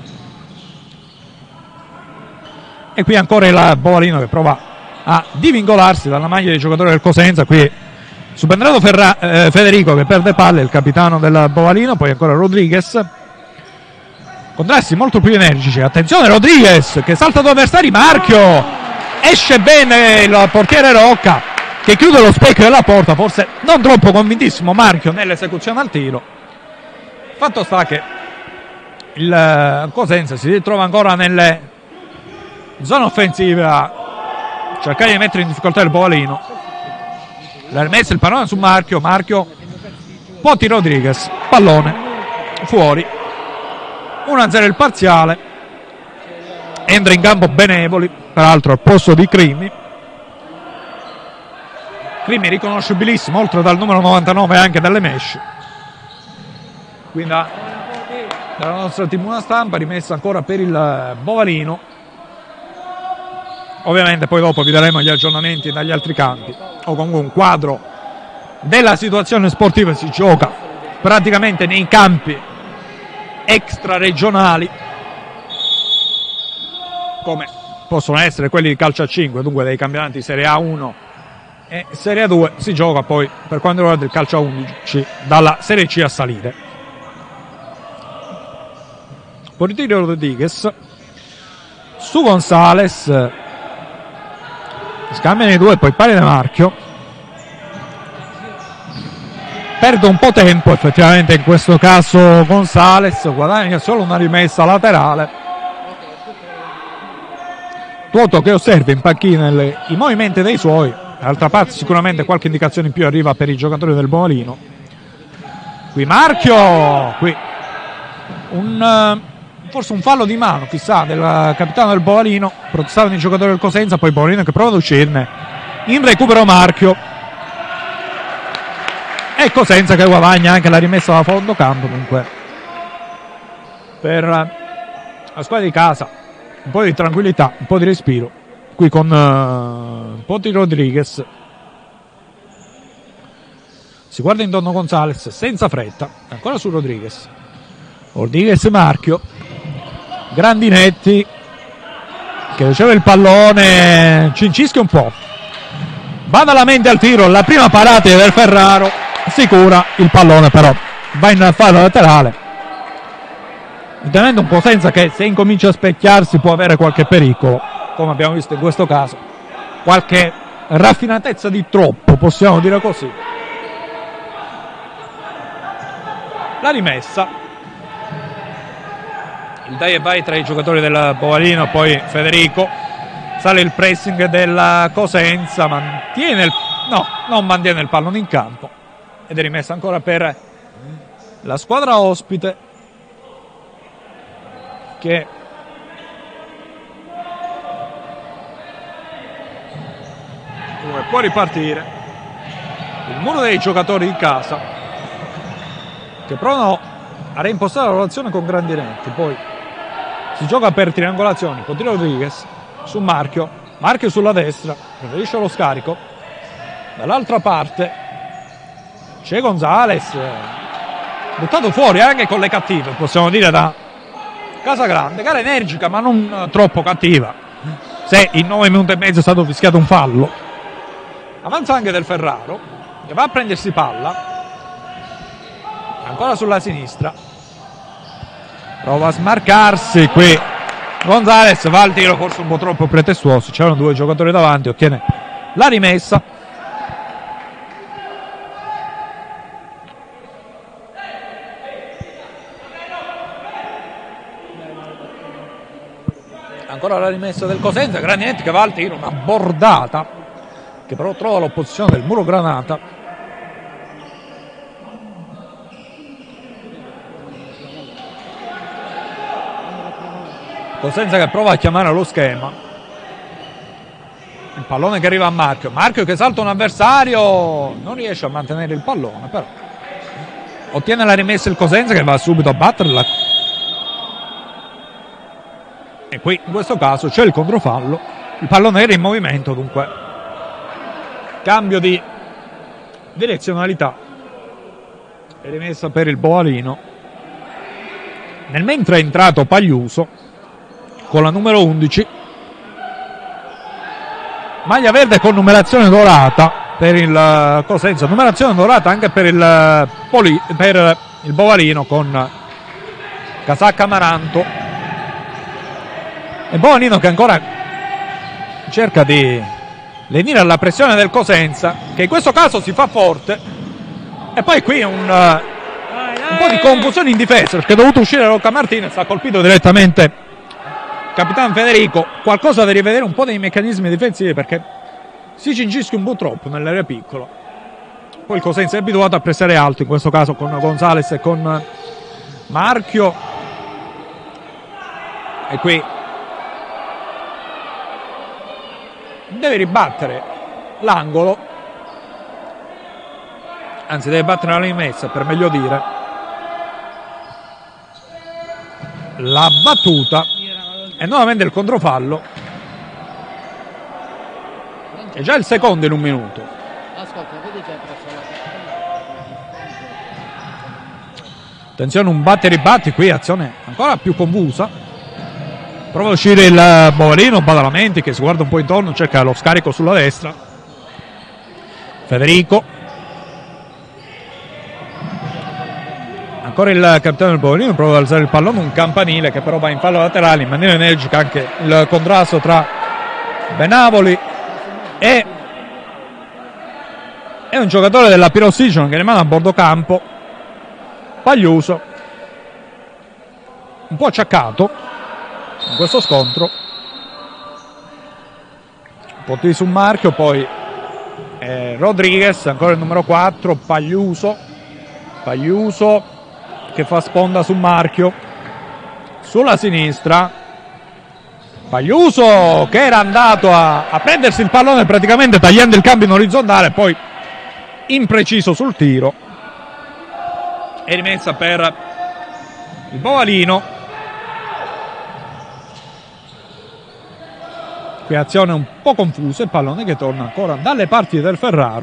E qui ancora il Bovalino che prova a divincolarsi dalla maglia dei giocatori del Cosenza. Qui subentrato Federico che perde palle, il capitano del Bovalino. Poi ancora Rodriguez. Contrasti molto più energici. Attenzione Rodriguez che salta due avversari. Marchio, esce bene il portiere Rocca che chiude lo specchio della porta. Forse non troppo convintissimo Marchio nell'esecuzione al tiro. Fatto sta che il Cosenza si ritrova ancora nelle zone offensive a cercare di mettere in difficoltà il Bovalino. L'ha rimesso il pallone su Marchio. Potti Rodriguez, pallone fuori, 1-0 il parziale. Entra in campo Benevoli, peraltro al posto di Crimi riconoscibilissimo oltre dal numero 99 anche dalle mesh. Quindi dalla nostra tribuna stampa rimessa ancora per il Bovalino. Ovviamente poi dopo vi daremo gli aggiornamenti dagli altri campi, o comunque un quadro della situazione sportiva. Si gioca praticamente nei campi extraregionali, come possono essere quelli di calcio a 5, dunque dei campionati Serie A1 e Serie A2. Si gioca poi, per quanto riguarda il calcio a 11, dalla Serie C a salire. Portiere Rodriguez su Gonzales, scambiano i due, poi pari da Marchio, perde un po' tempo effettivamente in questo caso Gonzales, guadagna solo una rimessa laterale. Tuoto che osserva in panchina i movimenti dei suoi. D'altra parte sicuramente qualche indicazione in più arriva per i giocatori del Bovalino. Qui Marchio, qui forse un fallo di mano, chissà, del capitano del Bovalino. Protestavano i giocatori del Cosenza, poi Bovalino che prova ad uscirne. In recupero Marchio. E Cosenza che guadagna anche la rimessa da fondo campo. Dunque per la squadra di casa un po' di tranquillità, un po' di respiro. Qui con Potti Rodriguez. Si guarda intorno Gonzales senza fretta. Ancora su Rodriguez. Marchio. Grandinetti che riceve il pallone, cincischia un po', va dalla mente al tiro, la prima parata del Ferraro, sicura il pallone, però va in fallo laterale. Ovviamente un po' senza che se incomincia a specchiarsi può avere qualche pericolo, come abbiamo visto in questo caso, qualche raffinatezza di troppo, possiamo dire così. La rimessa, il dai e vai tra i giocatori del Bovalino, poi Federico, sale il pressing della Cosenza, non mantiene il pallone in campo ed è rimessa ancora per la squadra ospite che può ripartire. Il muro dei giocatori di casa che provano a reimpostare la relazione con Grandinetti, poi si gioca per triangolazioni. Potti Rodriguez su Marchio sulla destra, preferisce lo scarico. Dall'altra parte c'è Gonzales, buttato fuori anche con le cattive, possiamo dire, da Casagrande. Gara energica ma non troppo cattiva, se in 9 minuti e mezzo è stato fischiato un fallo. Avanza anche del Ferraro che va a prendersi palla ancora sulla sinistra, prova a smarcarsi. Qui Gonzales va al tiro forse un po' troppo pretestuoso, c'erano due giocatori davanti, ottiene la rimessa. Ancora la rimessa del Cosenza, Graninetti che va al tiro, una bordata che però trova l'opposizione del muro Granata. Cosenza che prova a chiamare lo schema, il pallone che arriva a Marchio che salta un avversario, non riesce a mantenere il pallone, però ottiene la rimessa il Cosenza che va subito a batterla. E qui in questo caso c'è il controfallo, il pallone era in movimento, dunque cambio di direzionalità e rimessa per il Boalino. Nel mentre è entrato Pagliuso con la numero 11, maglia verde con numerazione dorata per il Cosenza, numerazione dorata anche per il Boalino con casacca amaranto, e Boalino che ancora cerca di lenire alla pressione del Cosenza, che in questo caso si fa forte, e poi qui un po' di confusione in difesa perché è dovuto uscire Rocca Martinez, ha colpito direttamente il capitano Federico. Qualcosa da rivedere un po' dei meccanismi difensivi, perché si cingisce un po' troppo nell'area piccola. Poi il Cosenza è abituato a pressare alto, in questo caso con Gonzales e con Marchio, e qui deve ribattere l'angolo, anzi deve battere la rimessa per meglio dire. La battuta e nuovamente il controfallo, è già il secondo in un minuto. Attenzione, un batti e ribatti qui, azione ancora più confusa. Prova a uscire il Boalino, Badalamenti che si guarda un po' intorno, cerca lo scarico sulla destra. Federico, ancora il capitano del Boalino prova ad alzare il pallone, un campanile che però va in fallo laterale in maniera energica. Anche il contrasto tra Benavoli e un giocatore della Pyroxygen che rimane a bordo campo, Pagliuso, un po' acciaccato in questo scontro, un po' di su Marchio, poi Rodriguez, ancora il numero 4, Pagliuso che fa sponda su Marchio, sulla sinistra Pagliuso che era andato a prendersi il pallone praticamente tagliando il cambio in orizzontale, poi impreciso sul tiro, e rimessa per il Boalino. Qui azione un po' confusa, il pallone che torna ancora dalle parti del Ferraro.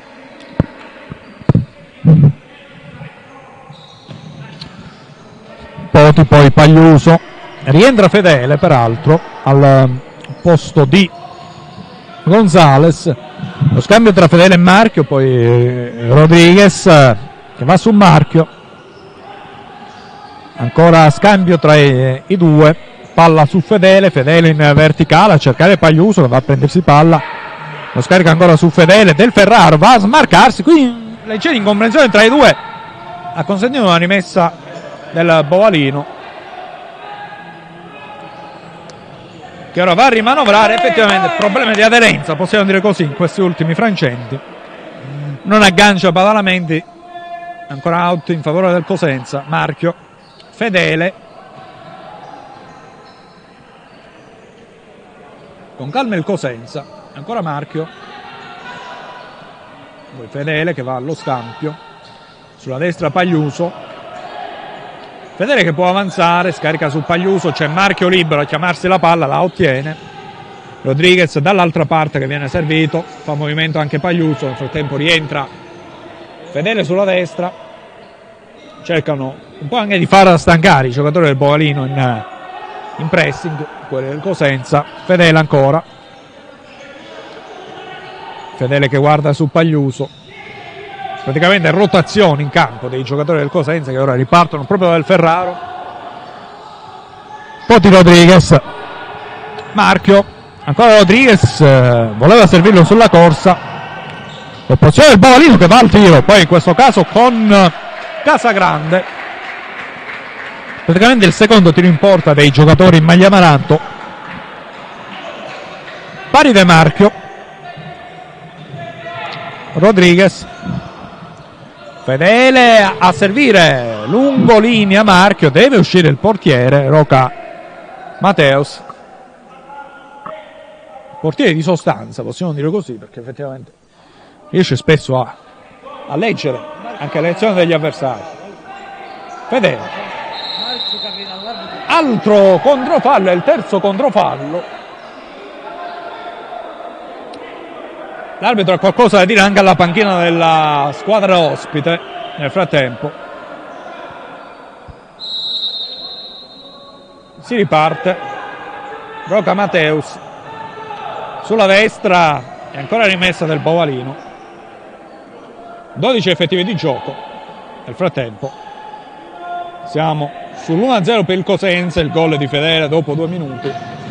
Poi Pagliuso, rientra Fedele peraltro al posto di Gonzales, lo scambio tra Fedele e Marchio, poi Rodriguez che va su Marchio, ancora scambio tra i due, palla su Fedele in verticale a cercare Pagliuso che va a prendersi palla, lo scarica ancora su Fedele, del Ferraro va a smarcarsi, qui leggera incomprensione tra i due, ha consentito una rimessa del Boalino che ora va a rimanovrare. Effettivamente problemi di aderenza, possiamo dire così, in questi ultimi frangenti, non aggancia Badalamenti, ancora out in favore del Cosenza. Marchio, Fedele con calma il Cosenza, ancora Marchio, poi Fedele che va allo scampio, sulla destra Pagliuso, Fedele che può avanzare, scarica su Pagliuso, c'è Marchio libero a chiamarsi la palla, la ottiene. Rodriguez dall'altra parte che viene servito, fa movimento anche Pagliuso, nel frattempo rientra Fedele sulla destra, cercano un po' anche di far stancare i giocatori del Boalino in pressing, quelli del Cosenza. Fedele ancora, Fedele che guarda su Pagliuso, praticamente rotazione in campo dei giocatori del Cosenza che ora ripartono proprio dal Ferraro. Poti Rodriguez, Marchio, ancora Rodriguez, voleva servirlo sulla corsa, l'opzione del Boalino che va al tiro, poi in questo caso con Casagrande, praticamente il secondo tiro in porta dei giocatori in maglia amaranto. Pari De Marchio, Rodriguez, Fedele a servire lungo linea Marchio, deve uscire il portiere Roca Mateus, portiere di sostanza, possiamo dire così, perché effettivamente riesce spesso a leggere anche le azioni degli avversari. Fedele, altro controfallo, è il terzo controfallo. L'arbitro ha qualcosa da dire anche alla panchina della squadra ospite nel frattempo. Si riparte. Roca Mateus sulla destra è ancora rimessa del Bovalino. 12 effettivi di gioco. Nel frattempo siamo sull'1-0 per il Cosenza, il gol di Fedele dopo 2 minuti.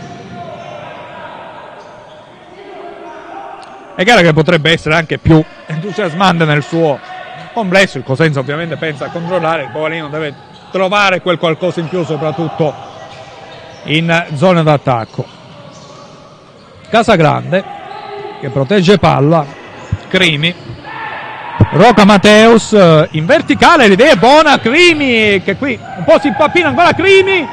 È gara che potrebbe essere anche più entusiasmante nel suo complesso. Il Cosenza ovviamente pensa a controllare, il Bovalino deve trovare quel qualcosa in più, soprattutto in zona d'attacco. Casagrande che protegge palla, Crimi, Roca Mateus in verticale, l'idea è buona, Crimi che qui un po' si impappina ancora, Crimi,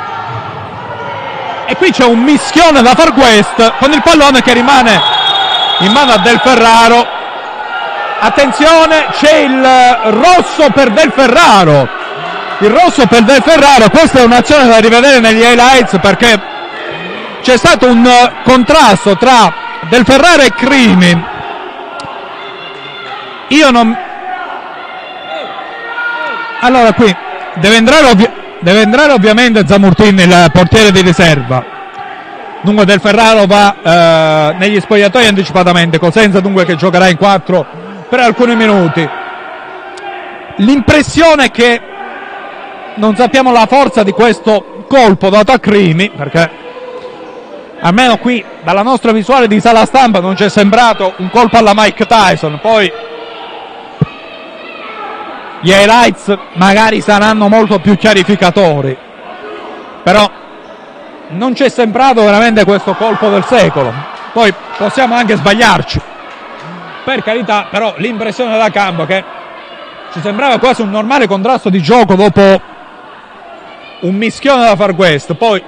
e qui c'è un mischione da Far West con il pallone che rimane in mano a Del Ferraro. Attenzione, c'è il rosso per Del Ferraro, il rosso per Del Ferraro. Questa è un'azione da rivedere negli highlights perché c'è stato un contrasto tra Del Ferraro e Crimi. Io non... Allora qui deve entrare ovviamente Zamurtin, il portiere di riserva. Dunque Del Ferraro va negli spogliatoi anticipatamente, Cosenza dunque che giocherà in 4 per alcuni minuti. L'impressione è che non sappiamo la forza di questo colpo dato a Crimi, perché almeno qui dalla nostra visuale di sala stampa non ci è sembrato un colpo alla Mike Tyson. Poi gli highlights magari saranno molto più chiarificatori, però non ci è sembrato veramente questo colpo del secolo. Poi possiamo anche sbagliarci, per carità, però l'impressione da campo è che ci sembrava quasi un normale contrasto di gioco dopo un mischione da Far West. Poi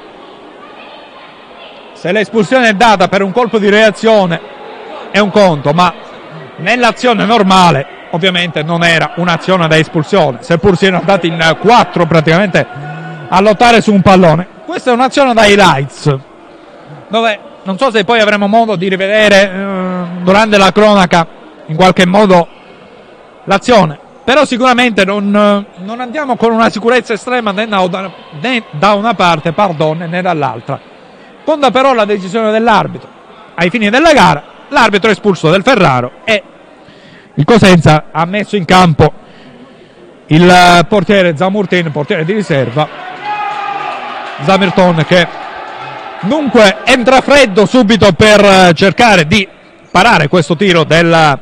se l'espulsione è data per un colpo di reazione è un conto, ma nell'azione normale ovviamente non era un'azione da espulsione, seppur siano andati in 4 praticamente a lottare su un pallone. Questa è un'azione da highlights, dove non so se poi avremo modo di rivedere durante la cronaca in qualche modo l'azione, però sicuramente non andiamo con una sicurezza estrema né da una parte né dall'altra. Conta però la decisione dell'arbitro. Ai fini della gara l'arbitro ha espulso Del Ferraro e il Cosenza ha messo in campo il portiere Zamurtin, portiere di riserva. Zamurtin che dunque entra freddo subito per cercare di parare questo tiro del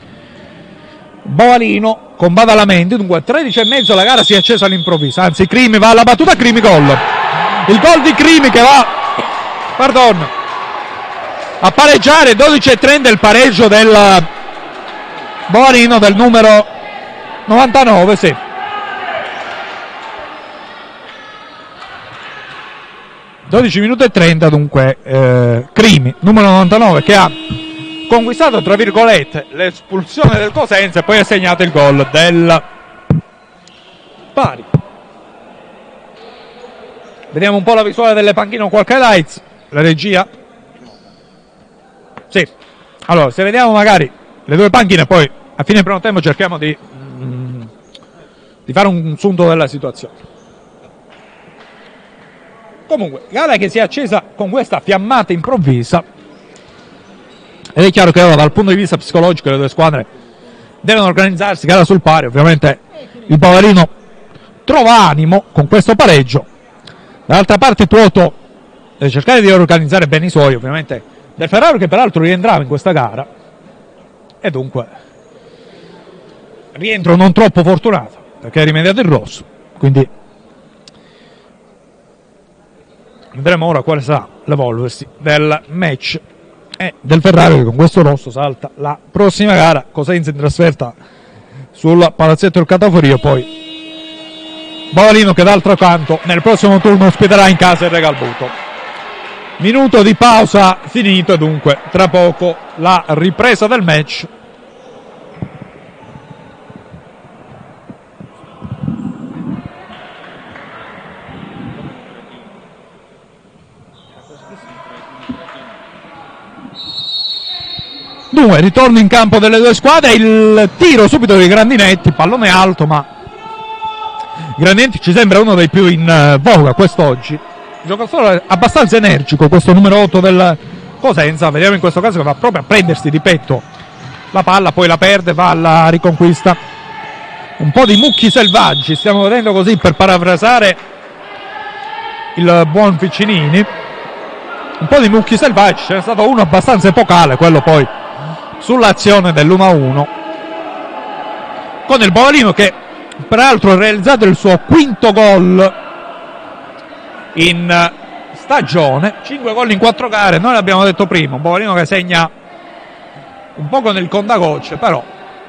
Bovalino con Badalamenti. Dunque 13:30, la gara si è accesa all'improvviso, anzi Crimi va alla battuta, Crimi gol. Il gol di Crimi che va a pareggiare. 12:30 il pareggio del Bovalino, del numero 99, sì. (12:30) dunque Crimi, numero 99, che ha conquistato tra virgolette l'espulsione del Cosenza e poi ha segnato il gol del pari. Vediamo un po' la visuale delle panchine, qualche highlights, la regia. Sì, allora se vediamo magari le due panchine, poi a fine primo tempo cerchiamo di fare un sunto della situazione. Comunque, gara che si è accesa con questa fiammata improvvisa, ed è chiaro che ora dal punto di vista psicologico le due squadre devono organizzarsi, gara sul pari. Ovviamente il Bovalino trova animo con questo pareggio, dall'altra parte Tuoto deve cercare di organizzare bene i suoi, ovviamente Del Ferraro che peraltro rientrava in questa gara, e dunque rientro non troppo fortunato perché ha rimediato il rosso, quindi vedremo ora quale sarà l'evolversi del match e Del Ferraro che con questo rosso salta la prossima gara. Cosenza in trasferta sul palazzetto del Cataforio, poi Bovalino che d'altro canto nel prossimo turno ospiterà in casa il Regalbuto. Minuto di pausa finito, dunque tra poco la ripresa del match. Dunque, ritorno in campo delle due squadre, il tiro subito di Grandinetti, pallone alto, ma Grandinetti ci sembra uno dei più in voga quest'oggi. Giocatore abbastanza energico, questo numero 8 del Cosenza. Vediamo in questo caso che va proprio a prendersi di petto la palla, poi la perde, va alla riconquista. Un po' di mucchi selvaggi, stiamo vedendo così, per parafrasare il buon Piccinini. Un po' di mucchi selvaggi, c'è stato uno abbastanza epocale, quello poi sull'azione dell'1-1, con il Bovalino che peraltro ha realizzato il suo quinto gol in stagione, 5 gol in 4 gare, noi l'abbiamo detto prima, un Bovalino che segna un po' con il contagocce, però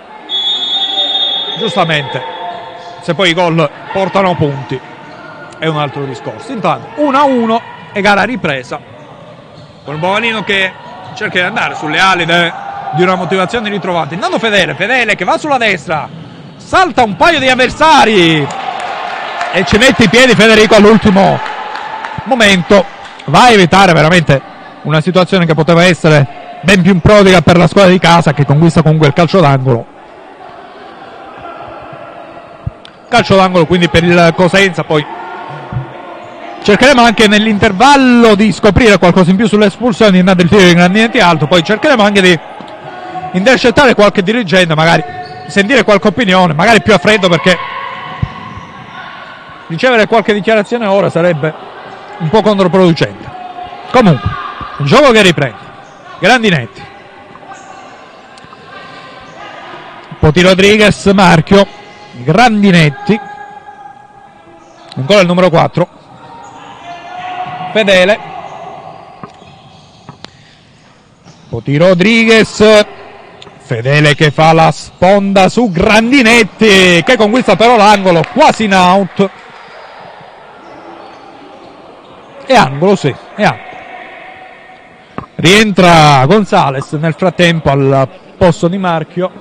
giustamente se poi i gol portano punti è un altro discorso. Intanto 1-1 e gara ripresa con il Bovalino che cerca di andare sulle ali di una motivazione ritrovata. Intanto Fedele che va sulla destra, salta un paio di avversari e ci mette i piedi Federico all'ultimo momento, va a evitare veramente una situazione che poteva essere ben più prodiga per la squadra di casa, che conquista comunque il calcio d'angolo quindi per il Cosenza. Poi cercheremo anche nell'intervallo di scoprire qualcosa in più sulle espulsioni, intanto il tiro di Grandinetti alto, poi cercheremo anche di intercettare qualche dirigente, magari sentire qualche opinione, magari più a freddo, perché ricevere qualche dichiarazione ora sarebbe un po' controproducente. Comunque, un gioco che riprende. Grandinetti, Poti Rodriguez, marchio, Grandinetti, ancora il numero 4, Fedele, Poti Rodriguez, Fedele che fa la sponda su Grandinetti, che conquista però l'angolo, quasi in out. È angolo, sì, è angolo. Rientra Gonzales nel frattempo al posto di marchio.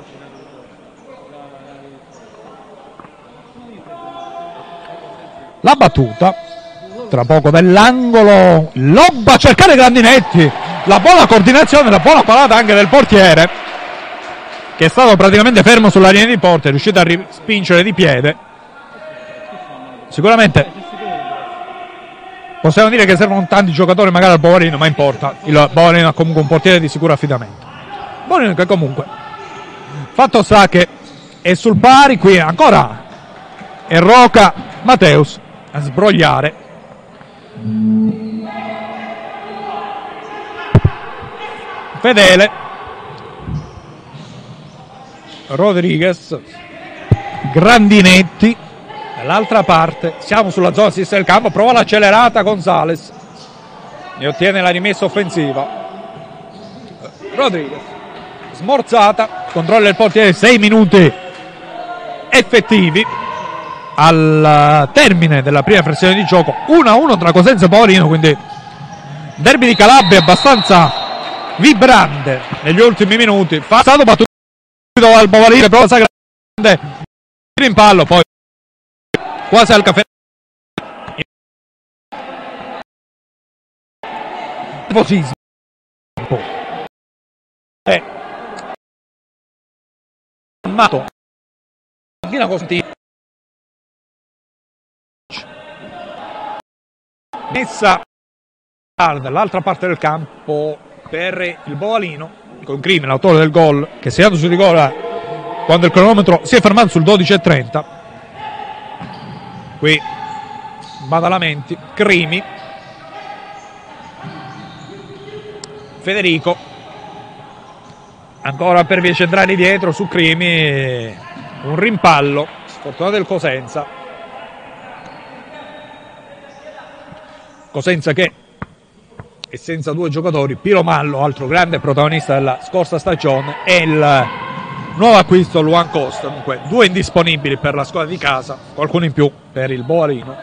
La battuta tra poco dell'angolo, lobba a cercare Grandinetti, la buona coordinazione, la buona parata anche del portiere, che è stato praticamente fermo sulla linea di porta, è riuscito a spingere di piede. Sicuramente possiamo dire che servono tanti giocatori magari al Bovalino, ma importa, il Bovalino ha comunque un portiere di sicuro affidamento. Bovalino che comunque, fatto sta che è sul pari, qui ancora è Roca Mateus a sbrogliare. Fedele, Rodriguez, Grandinetti dall'altra parte, siamo sulla zona sinistra del campo, prova l'accelerata Gonzales, ne ottiene la rimessa offensiva. Rodriguez, smorzata, controlla il portiere, 6 minuti effettivi al termine della prima frazione di gioco, 1-1 tra Cosenza e Bovalino, quindi derby di Calabria abbastanza vibrante negli ultimi minuti. Stato battuto dal Bovalino, prova grande in pallo, poi quasi al caffè nervosismo è armato messa dall'altra parte del campo per il Bovalino, con Crimi, l'autore del gol, che si è dato su rigore quando il cronometro si è fermato sul 12:30. Qui Badalamenti, Crimi, Federico, ancora per vie centrali dietro su Crimi, un rimpallo sfortunato del Cosenza. Cosenza che è senza due giocatori, Piro Mallo, altro grande protagonista della scorsa stagione, e il nuovo acquisto Luan Costa, dunque due indisponibili per la squadra di casa, qualcuno in più per il Bovalino,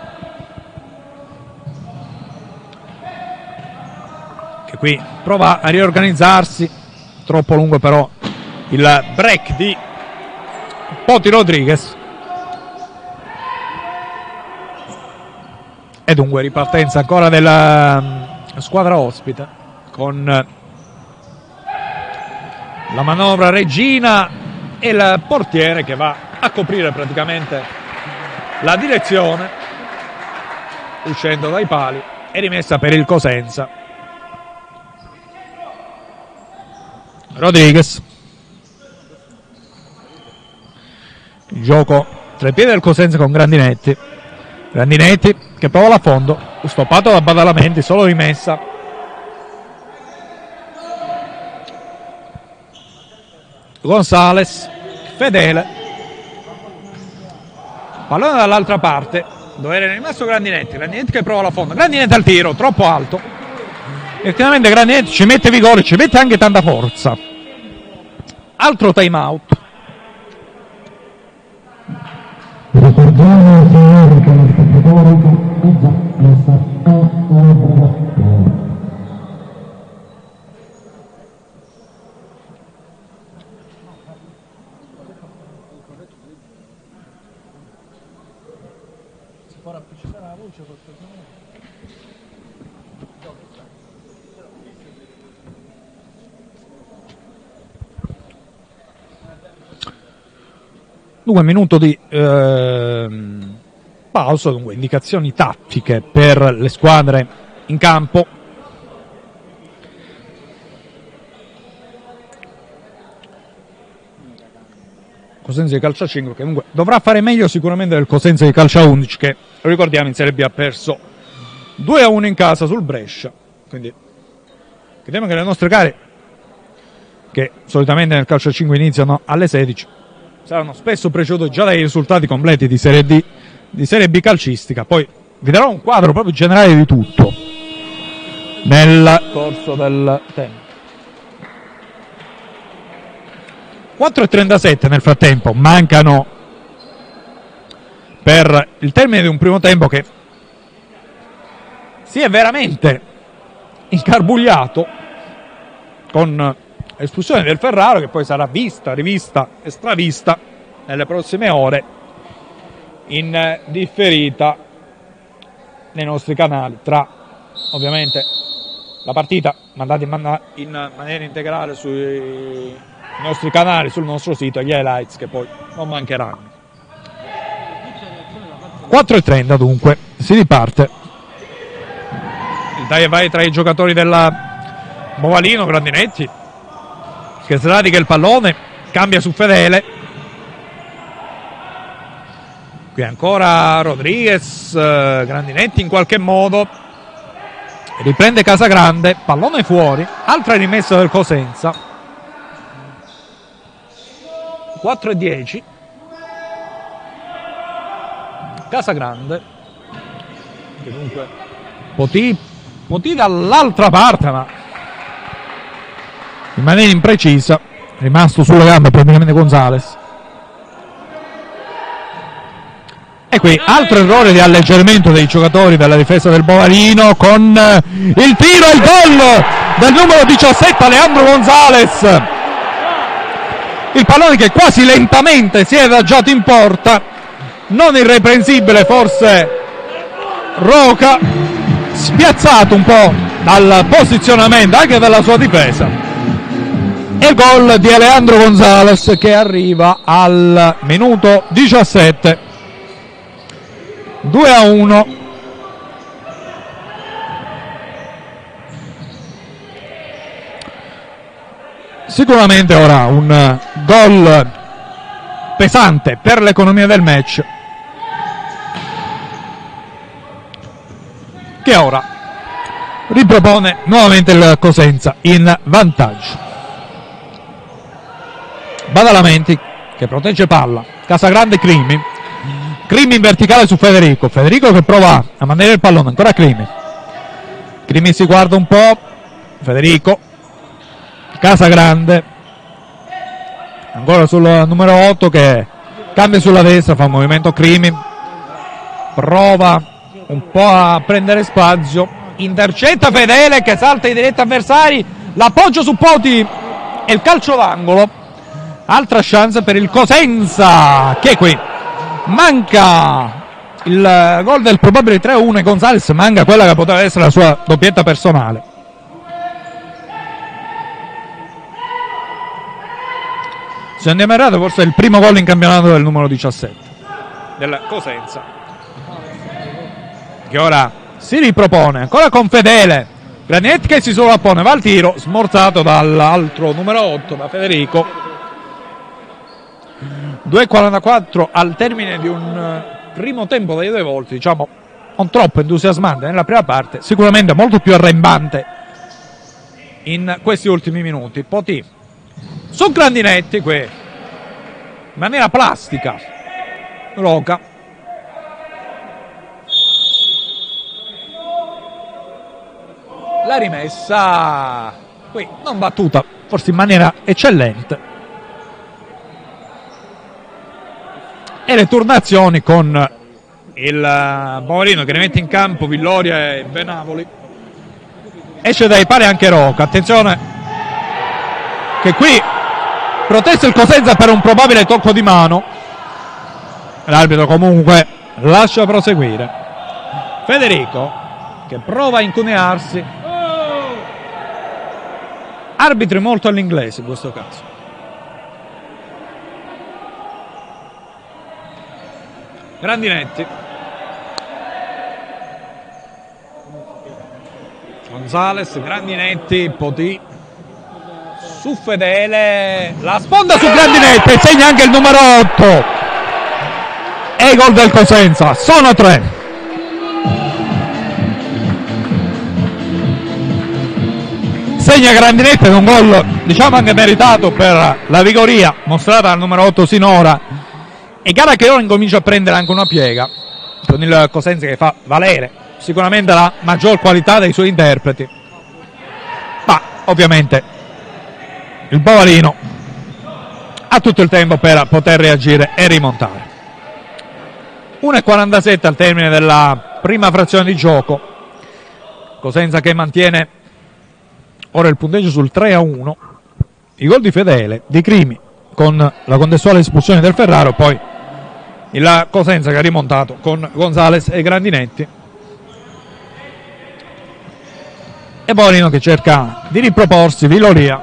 che qui prova a riorganizzarsi, troppo lungo però il break di Poti Rodriguez. E dunque ripartenza ancora della squadra ospite con la manovra regina e il portiere che va a coprire praticamente la direzione, uscendo dai pali, e rimessa per il Cosenza. Rodriguez, il gioco tra i piedi del Cosenza con Grandinetti che prova l'affondo, stoppato da Badalamenti, solo rimessa. Gonzales, Fedele, pallone dall'altra parte dove era rimasto Grandinetti che prova l'affondo, Grandinetti al tiro, troppo alto. Effettivamente Grandinetti ci mette vigore, ci mette anche tanta forza. Altro time out. Ricordiamo signori che il categorico è già messa Dunque, minuto di pausa, dunque indicazioni tattiche per le squadre in campo. Cosenza di calcio a 5 che comunque dovrà fare meglio sicuramente del Cosenza di calcio a 11 che, ricordiamo, in Serie B ha perso 2-1 in casa sul Brescia. Quindi crediamo che le nostre gare, che solitamente nel calcio a 5 iniziano alle 16, saranno spesso precedute già dai risultati completi di Serie D, di Serie B calcistica. Poi vi darò un quadro proprio generale di tutto nel corso del tempo. 4:37 nel frattempo mancano per il termine di un primo tempo che si è veramente incarbugliato con l'espulsione del Ferraro, che poi sarà vista, rivista e stravista nelle prossime ore in differita nei nostri canali, tra ovviamente la partita mandata in maniera integrale sui nostri canali, sul nostro sito, gli highlights che poi non mancheranno. 4:30 dunque, si riparte. Il dai e vai tra i giocatori della Bovalino, Grandinetti che sradica il pallone, cambia su Fedele. Qui ancora Rodriguez, Grandinetti in qualche modo riprende Casagrande, pallone fuori, altra rimessa del Cosenza. 4:10, Casagrande che dunque Potì dall'altra parte, ma in maniera imprecisa, rimasto sulle gambe praticamente Gonzales. E qui altro errore di alleggerimento dei giocatori della difesa del Bovalino, con il tiro e il gol del numero 17 Leandro Gonzales. Il pallone che quasi lentamente si è adagiato in porta, non irreprensibile forse Roca, spiazzato un po' dal posizionamento anche della sua difesa. E il gol di Leandro Gonzales che arriva al minuto 17, 2-1. Sicuramente ora un gol pesante per l'economia del match, che ora ripropone nuovamente il Cosenza in vantaggio. Badalamenti che protegge palla, Casagrande, Crimi in verticale su Federico che prova a mantenere il pallone, ancora Crimi si guarda un po', Federico, Casagrande ancora sul numero 8 che cambia sulla destra, fa un movimento Crimi, prova un po' a prendere spazio, intercetta Fedele che salta i diretti avversari, l'appoggio su Poti e il calcio d'angolo. Altra chance per il Cosenza, che qui manca il gol del probabile 3-1 e Gonzales manca quella che poteva essere la sua doppietta personale. se andiamo errato forse è il primo gol in campionato del numero 17 del Cosenza, che ora si ripropone ancora con Fedele. Grandinetti che si sovrappone, va al tiro, smorzato dall'altro numero 8, da Federico. 2:44 al termine di un primo tempo dai due volti, diciamo non troppo entusiasmante nella prima parte, sicuramente molto più arrembante in questi ultimi minuti. Potì su Grandinetti qui in maniera plastica Roca, la rimessa qui non battuta forse in maniera eccellente, e le turnazioni con il Bovalino che ne mette in campo Villoria e Benavoli. Esce dai pali anche Roca, attenzione che qui protesta il Cosenza per un probabile tocco di mano, l'arbitro comunque lascia proseguire. Federico che prova a incunearsi, arbitri molto all'inglese in questo caso. Grandinetti, Gonzales, Grandinetti, Potì su Fedele, la sponda su Grandinetti, segna anche il numero 8 e i gol del Cosenza sono 3. Segna Grandinetti, un gol diciamo anche meritato per la vigoria mostrata dal numero 8 sinora, e gara che ora incomincia a prendere anche una piega con il Cosenza che fa valere sicuramente la maggior qualità dei suoi interpreti, ma ovviamente il Bovalino ha tutto il tempo per poter reagire e rimontare. 1:47 al termine della prima frazione di gioco, Cosenza che mantiene ora il punteggio sul 3-1, i gol di Fedele, di Crimi con la contestuale espulsione del Ferraro, poi il Cosenza che ha rimontato con Gonzales e Grandinetti, e Bovalino che cerca di riproporsi. Villoria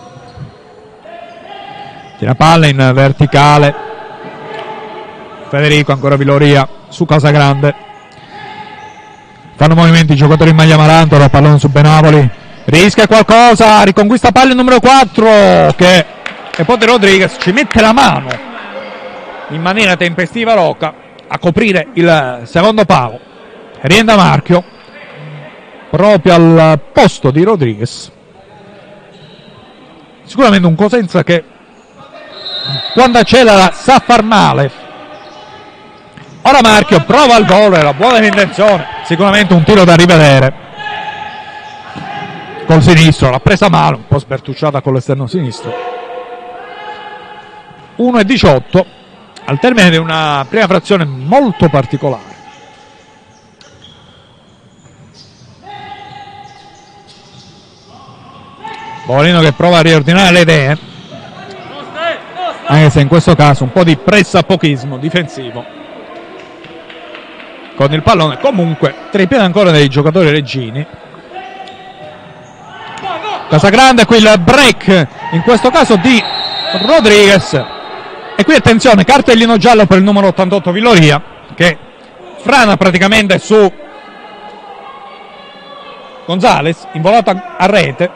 tira palla in verticale, Federico, ancora Villoria su Casagrande, fanno movimenti i giocatori in maglia Marantola, pallone su Benavoli, rischia qualcosa, riconquista palla il numero 4 che e poi De Rodriguez ci mette la mano in maniera tempestiva Roca a coprire il secondo palo, rientra Marchio proprio al posto di Rodriguez. Sicuramente un Cosenza che quando accelera sa far male. Ora Marchio prova il gol, era buona intenzione, sicuramente un tiro da rivedere col sinistro, l'ha presa male, un po' sbertucciata con l'esterno sinistro. 1:18 al termine di una prima frazione molto particolare. Bovalino che prova a riordinare le idee, anche se in questo caso un po' di pressapochismo difensivo con il pallone. Comunque tra i piedi ancora dei giocatori reggini. Casagrande, qui il break in questo caso di Rodriguez, e qui attenzione, cartellino giallo per il numero 88 Villoria che frana praticamente su Gonzales, involato a rete.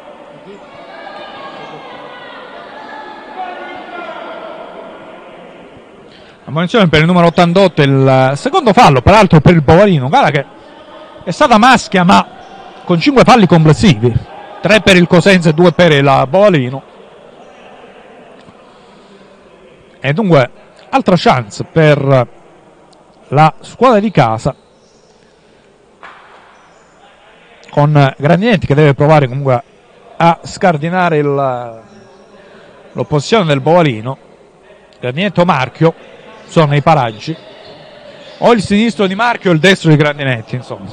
Ammonizione per il numero 88, il secondo fallo peraltro per il Bovalino, gara che è stata maschia ma con 5 falli complessivi, 3 per il Cosenza e 2 per il Bovalino. E dunque altra chance per la squadra di casa, con Grandinetti che deve provare comunque a scardinare l'opposizione del Bovalino. Grandinetti o Marchio sono nei paraggi, o il sinistro di Marchio o il destro di Grandinetti, insomma.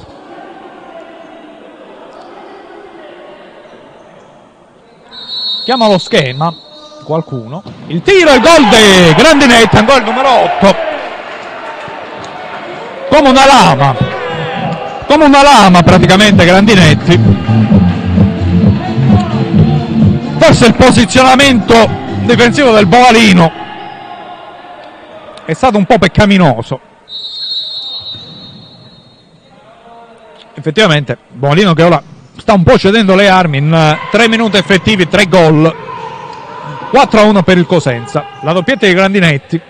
Chiama lo schema qualcuno, il tiro e il gol di Grandinetti, ancora il numero 8 come una lama praticamente Grandinetti. Forse il posizionamento difensivo del Bovalino è stato un po' peccaminoso. Effettivamente Bovalino che ora sta un po' cedendo le armi in 3 minuti effettivi, 3 gol, 4-1 per il Cosenza, la doppietta di Grandinetti.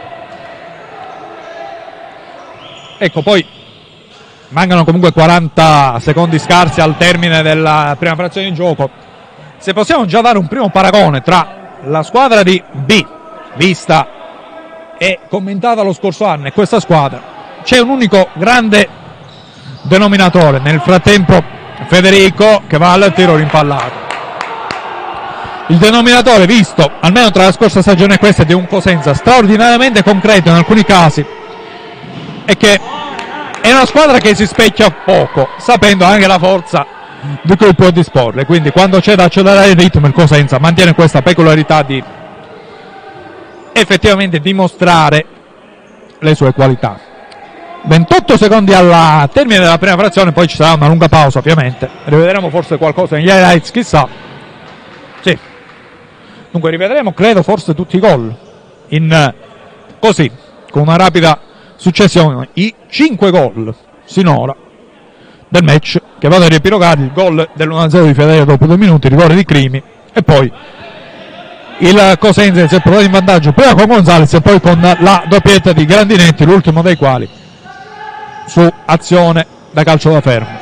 Ecco, poi mancano comunque 40 secondi scarsi al termine della prima frazione di gioco. Se possiamo già dare un primo paragone tra la squadra di B, vista e commentata lo scorso anno, e questa squadra, c'è un unico grande denominatore. Nel frattempo Federico che va al tiro rimpallato. Il denominatore visto almeno tra la scorsa stagione e questa è di un Cosenza straordinariamente concreto in alcuni casi, è che è una squadra che si specchia poco, sapendo anche la forza di cui può disporre, quindi quando c'è da accelerare il ritmo il Cosenza mantiene questa peculiarità di effettivamente dimostrare le sue qualità. 28 secondi al termine della prima frazione, poi ci sarà una lunga pausa ovviamente, rivedremo forse qualcosa negli highlights, chissà. Sì, dunque rivedremo credo forse tutti i gol in così, con una rapida successione, i 5 gol sinora del match che vanno riepilogati: il gol dell'1-0 di Fedele dopo 2 minuti, rigore di Crimi, e poi il Cosenza si è provato in vantaggio prima con Gonzalez e poi con la doppietta di Grandinetti, l'ultimo dei quali su azione da calcio da fermo.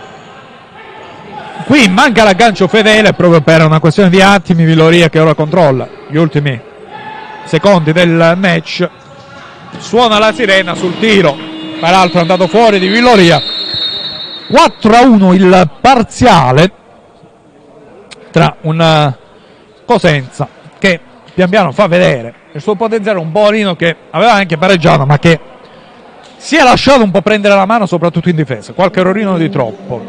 Qui manca l'aggancio Fedele proprio per una questione di attimi. Viloria che ora controlla gli ultimi secondi del match, suona la sirena sul tiro, peraltro è andato fuori di Viloria. 4-1 il parziale tra un Cosenza che pian piano fa vedere il suo potenziale, un Bovalino che aveva anche pareggiato ma che si è lasciato un po' prendere la mano soprattutto in difesa, qualche errorino di troppo.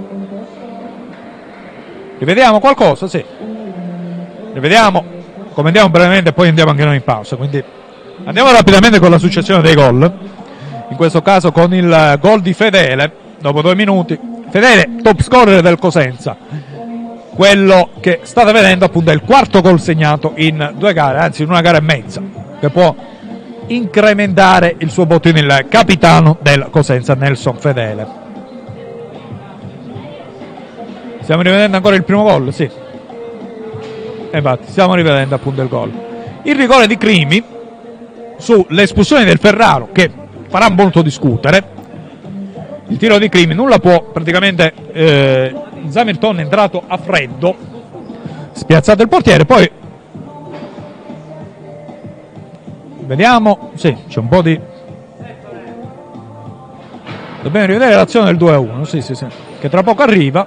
Rivediamo qualcosa? Sì, rivediamo, commentiamo brevemente e poi andiamo anche noi in pausa, quindi andiamo rapidamente con la successione dei gol, in questo caso con il gol di Fedele dopo 2 minuti. Fedele top scorer del Cosenza, quello che state vedendo appunto è il 4º gol segnato in 2 gare, anzi in 1 gara e mezza, che può incrementare il suo bottino, il capitano del Cosenza Nelson Fedele. Stiamo rivedendo ancora il primo gol, sì, infatti stiamo rivedendo appunto il gol. Il rigore di Crimi sull'espulsione del Ferraro che farà molto discutere. Il tiro di Crimi nulla può praticamente, Zamirton è entrato a freddo, spiazzato il portiere, poi vediamo, sì, c'è un po' di, dobbiamo rivedere l'azione del 2-1, sì, che tra poco arriva.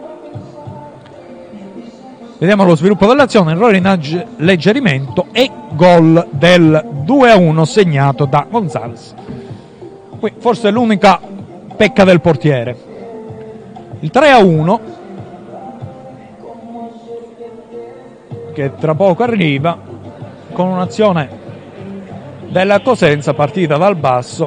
Vediamo lo sviluppo dell'azione, errore in alleggerimento e gol del 2-1 segnato da Gonzalez. Qui forse è l'unica pecca del portiere. Il 3-1 che tra poco arriva con un'azione della Cosenza partita dal basso.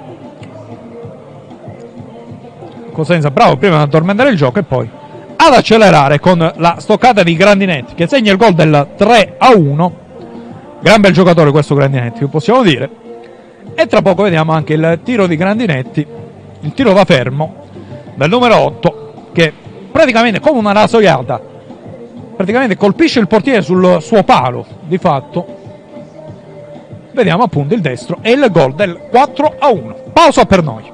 Cosenza bravo prima ad addormentare il gioco e poi ad accelerare con la stoccata di Grandinetti che segna il gol del 3-1. Gran bel giocatore questo Grandinetti, possiamo dire. E tra poco vediamo anche il tiro di Grandinetti, il tiro da fermo del numero 8 che praticamente come una rasoiata praticamente colpisce il portiere sul suo palo di fatto. Vediamo appunto il destro e il gol del 4-1. Pausa per noi.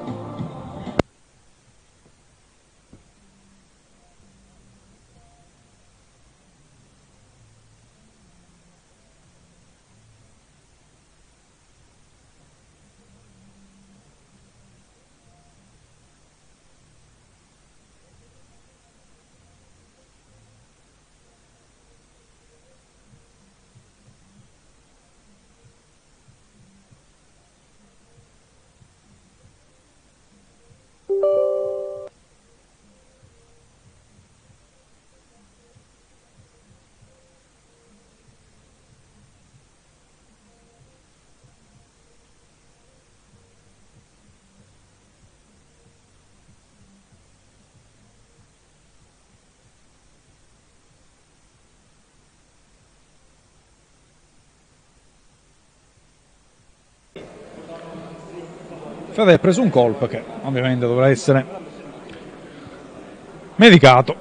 Fede ha preso un colpo che ovviamente dovrà essere medicato.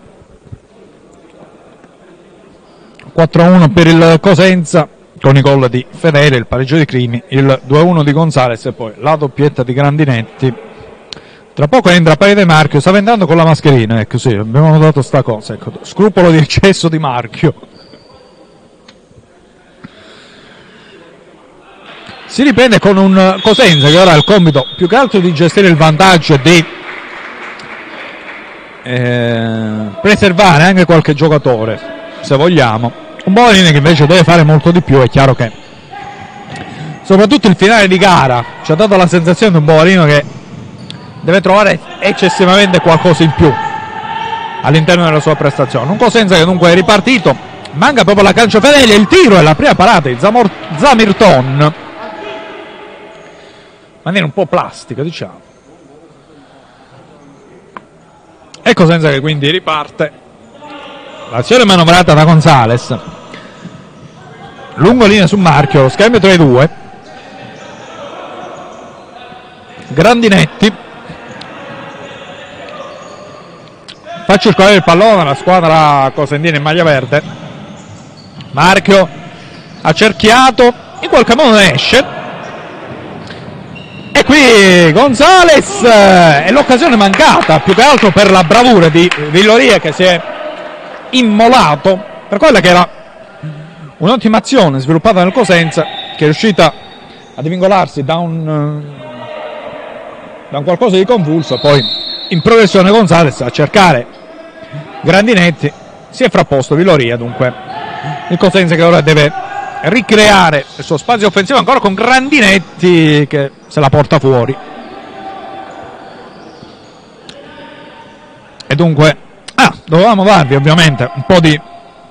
4-1 per il Cosenza con i gol di Fedele, il pareggio di Crimi, il 2-1 di Gonzales e poi la doppietta di Grandinetti. Tra poco entra Paide Marchio, stava entrando con la mascherina, ecco sì, abbiamo notato sta cosa, ecco, scrupolo di eccesso di Marchio. Si riprende con un Cosenza che ora ha il compito più che altro di gestire il vantaggio e di preservare anche qualche giocatore, se vogliamo. Un Bovalino che invece deve fare molto di più. È chiaro che soprattutto il finale di gara ci ha dato la sensazione di un Bovalino che deve trovare eccessivamente qualcosa in più all'interno della sua prestazione. Un Cosenza che dunque è ripartito, manca proprio la calcio Fedele, il tiro e la prima parata di Zamirton, maniera un po' plastica, diciamo. E Cosenza che quindi riparte. L'azione manovrata da Gonzales, lungo linea su Marchio, lo scambio tra i due. Grandinetti fa circolare il pallone alla squadra cosentina in maglia verde. Marchio ha cerchiato, in qualche modo ne esce. E qui Gonzales, è l'occasione mancata più che altro per la bravura di Villoria che si è immolato per quella che era un'ottima azione sviluppata nel Cosenza, che è riuscita a divincolarsi da un qualcosa di convulso. Poi in progressione Gonzales a cercare Grandinetti, si è frapposto Villoria, dunque il Cosenza che ora deve ricreare il suo spazio offensivo ancora con Grandinetti che se la porta fuori. E dunque dovevamo darvi ovviamente un po' di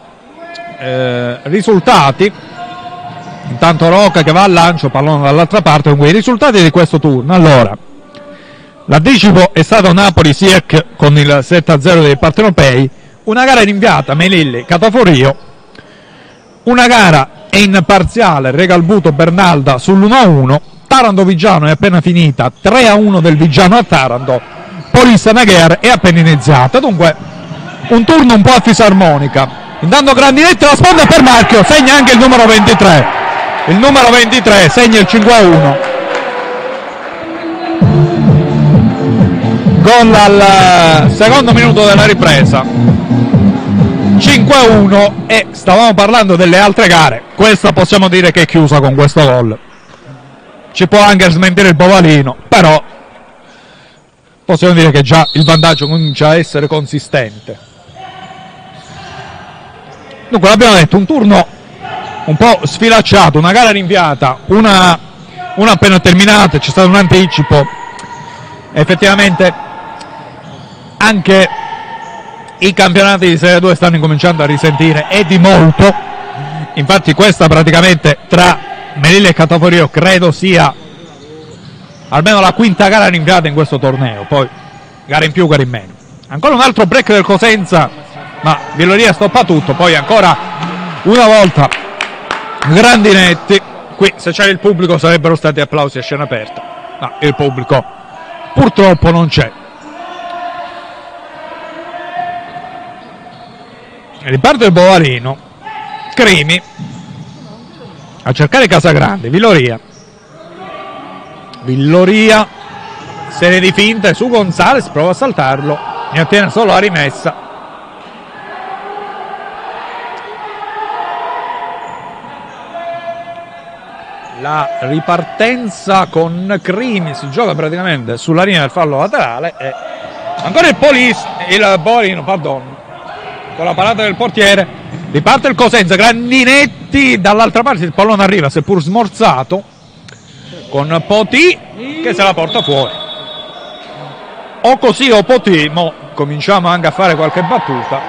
risultati. Intanto Rocca che va al lancio, pallone dall'altra parte. Dunque i risultati di questo turno: allora, l'anticipo è stato Napoli-Siek con il 7-0 dei partenopei, una gara rinviata Melilli Cataforio, una gara è in parziale Regalbuto Bernalda sull'1-1. Taranto-Viggiano è appena finita, 3-1 del Viggiano a Taranto. Polissa Nagher è appena iniziata. Dunque un turno un po' a fisarmonica. Intanto Grandinetti la sponda per Marchio, segna anche il numero 23. Il numero 23 segna il 5-1. Gol al secondo minuto della ripresa. 5-1 e stavamo parlando delle altre gare. Questa possiamo dire che è chiusa con questo gol. Ci può anche smentire il Bovalino, però possiamo dire che già il vantaggio comincia a essere consistente. Dunque l'abbiamo detto, un turno un po' sfilacciato, una gara rinviata, una appena terminata, c'è stato un anticipo. Effettivamente anche i campionati di Serie 2 stanno incominciando a risentire, e di molto. Infatti questa praticamente tra Melilli e Cataforio credo sia almeno la quinta gara rinviata in questo torneo, poi gara in più, gara in meno. Ancora un altro break del Cosenza, ma Villoria stoppa tutto. Poi ancora una volta Grandinetti. Qui se c'era il pubblico sarebbero stati applausi a scena aperta, ma il pubblico purtroppo non c'è. Riparte il Bovalino, Crimi a cercare Casagrande, Villoria, serie di finte su Gonzales, prova a saltarlo, ne ottiene solo la rimessa. La ripartenza con Crimi, si gioca praticamente sulla linea del fallo laterale e ancora il Bovalino, con la parata del portiere. Riparte il Cosenza, Grandinetti dall'altra parte, il pallone arriva seppur smorzato con Poti che se la porta fuori. O così o Poti, mo cominciamo anche a fare qualche battuta.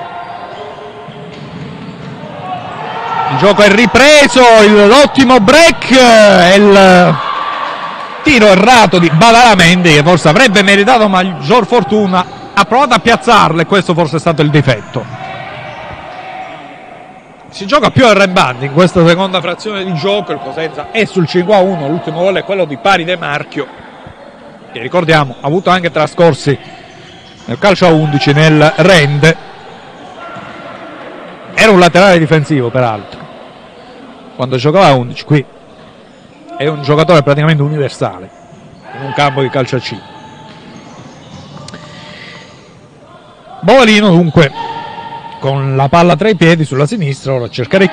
Il gioco è ripreso, l'ottimo break e il tiro errato di Badalamenti, che forse avrebbe meritato maggior fortuna. Ha provato a piazzarle e questo forse è stato il difetto. Si gioca più arrembando in questa seconda frazione di gioco. Il Cosenza è sul 5-1, l'ultimo gol è quello di Paide Marchio. che ricordiamo ha avuto anche trascorsi nel calcio a 11 nel Rende. Era un laterale difensivo peraltro quando giocava a 11, qui è un giocatore praticamente universale in un campo di calcio a 5. Bovalino dunque con la palla tra i piedi sulla sinistra, ora a cercare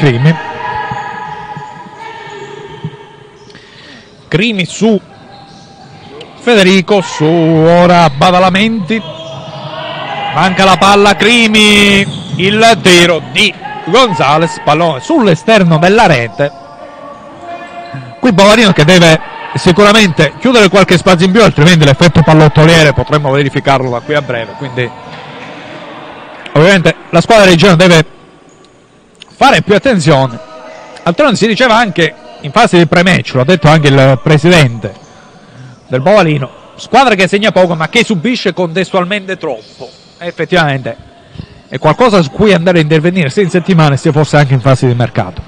Crimi su Federico, su ora Badalamenti, manca la palla Crimi, il tiro di Gonzales, pallone sull'esterno della rete. Qui Bovalino che deve sicuramente chiudere qualche spazio in più, altrimenti l'effetto pallottoliere potremmo verificarlo da qui a breve, quindi ovviamente la squadra reggiana deve fare più attenzione. Altrimenti si diceva anche in fase di pre-match, lo ha detto anche il presidente del Bovalino, squadra che segna poco ma che subisce contestualmente troppo. Effettivamente è qualcosa su cui andare a intervenire sia in settimana sia forse anche in fase di mercato.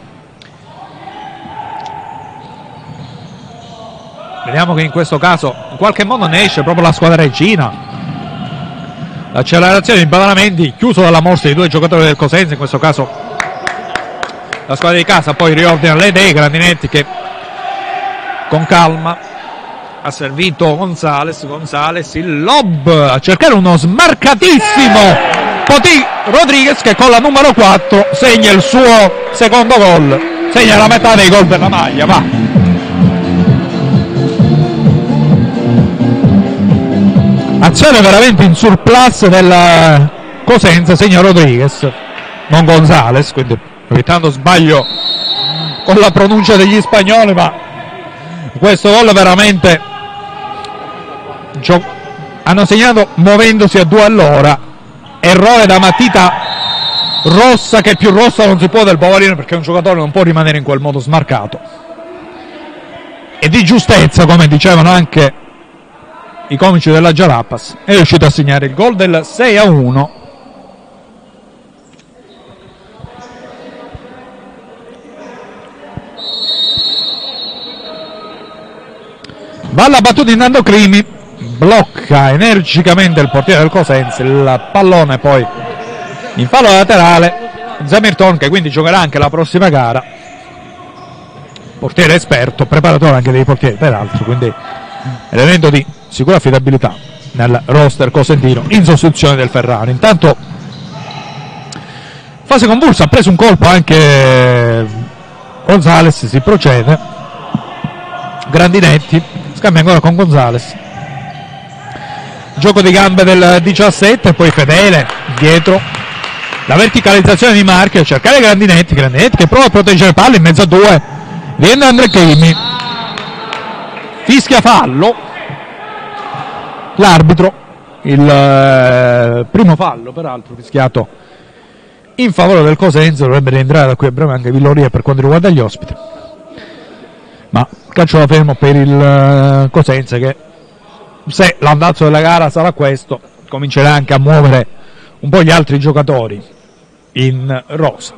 Vediamo che in questo caso in qualche modo ne esce proprio la squadra regina. L'accelerazione di Badalamenti, chiuso dalla morsa di due giocatori del Cosenza, in questo caso la squadra di casa poi riordina le idee. Grandinetti che con calma ha servito Gonzales, il lob a cercare uno smarcatissimo Poti Rodriguez che con la numero 4 segna il suo secondo gol, segna la metà dei gol della maglia, va. Azione veramente in surplus del Cosenza, segna Rodriguez, non Gonzales, quindi evitando sbaglio con la pronuncia degli spagnoli, ma questo gol veramente hanno segnato muovendosi a 2 all'ora. Errore da matita rossa, che più rossa non si può del Bovalino, perché un giocatore non può rimanere in quel modo smarcato, e di giustezza, come dicevano anche i comici della Jalapas, è riuscito a segnare il gol del 6-1. Palla battuta in Nando Crimi, blocca energicamente il portiere del Cosenza, il pallone poi in fallo laterale. Zamirton, che quindi giocherà anche la prossima gara, portiere esperto, preparatore anche dei portieri peraltro, quindi elemento di sicura affidabilità nel roster cosentino in sostituzione del Ferrari. Intanto fase convulsa, ha preso un colpo anche Gonzales, si procede, Grandinetti scambia ancora con Gonzales, gioco di gambe del 17, poi Fedele dietro, la verticalizzazione di Marchi a cercare Grandinetti che prova a proteggere palla in mezzo a 2, viene Andre Crimi, fischia fallo l'arbitro, il primo fallo peraltro fischiato in favore del Cosenza. Dovrebbe rientrare da qui a breve anche Villoria per quanto riguarda gli ospiti, ma calcio da fermo per il Cosenza, che se l'andazzo della gara sarà questo comincerà anche a muovere un po' gli altri giocatori in rosa.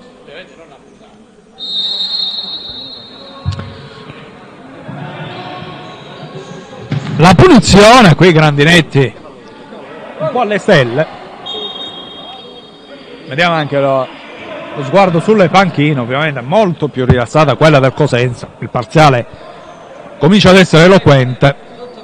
La punizione qui, Grandinetti un po' alle stelle, vediamo anche lo sguardo sulle panchine, ovviamente molto più rilassata quella del Cosenza, il parziale comincia ad essere eloquente.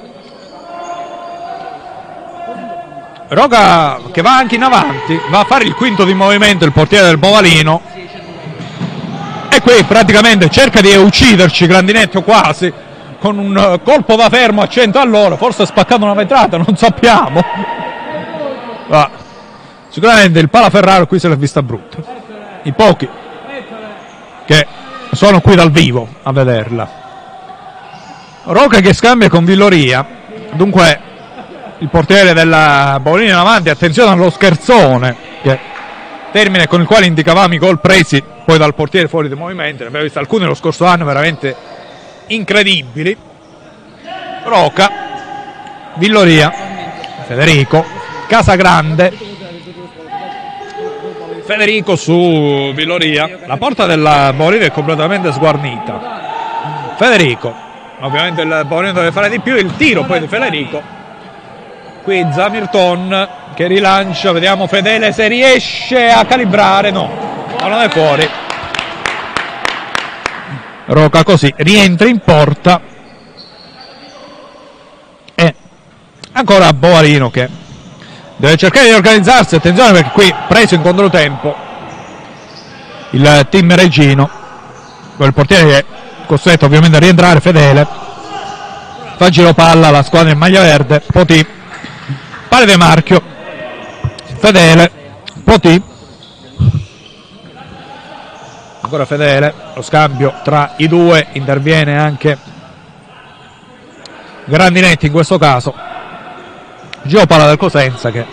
Roca che va anche in avanti, va a fare il quinto di movimento il portiere del Bovalino, e qui praticamente cerca di ucciderci Grandinetti o quasi, con un colpo da fermo a 100 all'ora, forse ha spaccato una vetrata, non sappiamo. Ma sicuramente il Palaferraro qui se l'è vista brutta, i pochi che sono qui dal vivo a vederla. Roca che scambia con Villoria, dunque il portiere della Bovalino in avanti, attenzione allo scherzone, che termine con il quale indicavamo i gol presi poi dal portiere fuori di movimento, ne abbiamo visto alcuni lo scorso anno veramente incredibili. Roca, Villoria, Federico, Casagrande, Federico su Villoria, la porta della Bovalino è completamente sguarnita. Federico, ovviamente il Bovalino deve fare di più, il tiro poi di Federico Qui Zamirton che rilancia, vediamo Fedele se riesce a calibrare, no, non è fuori. Roca così rientra in porta e ancora Bovarino che deve cercare di organizzarsi, attenzione perché qui preso in controtempo il team reggino, il portiere che è costretto ovviamente a rientrare, Fedele, fa giro palla la squadra in maglia verde, Potì, palla di marchio, Fedele, Potì, ancora Fedele, lo scambio tra i due, interviene anche Grandinetti in questo caso, giro palla del Cosenza che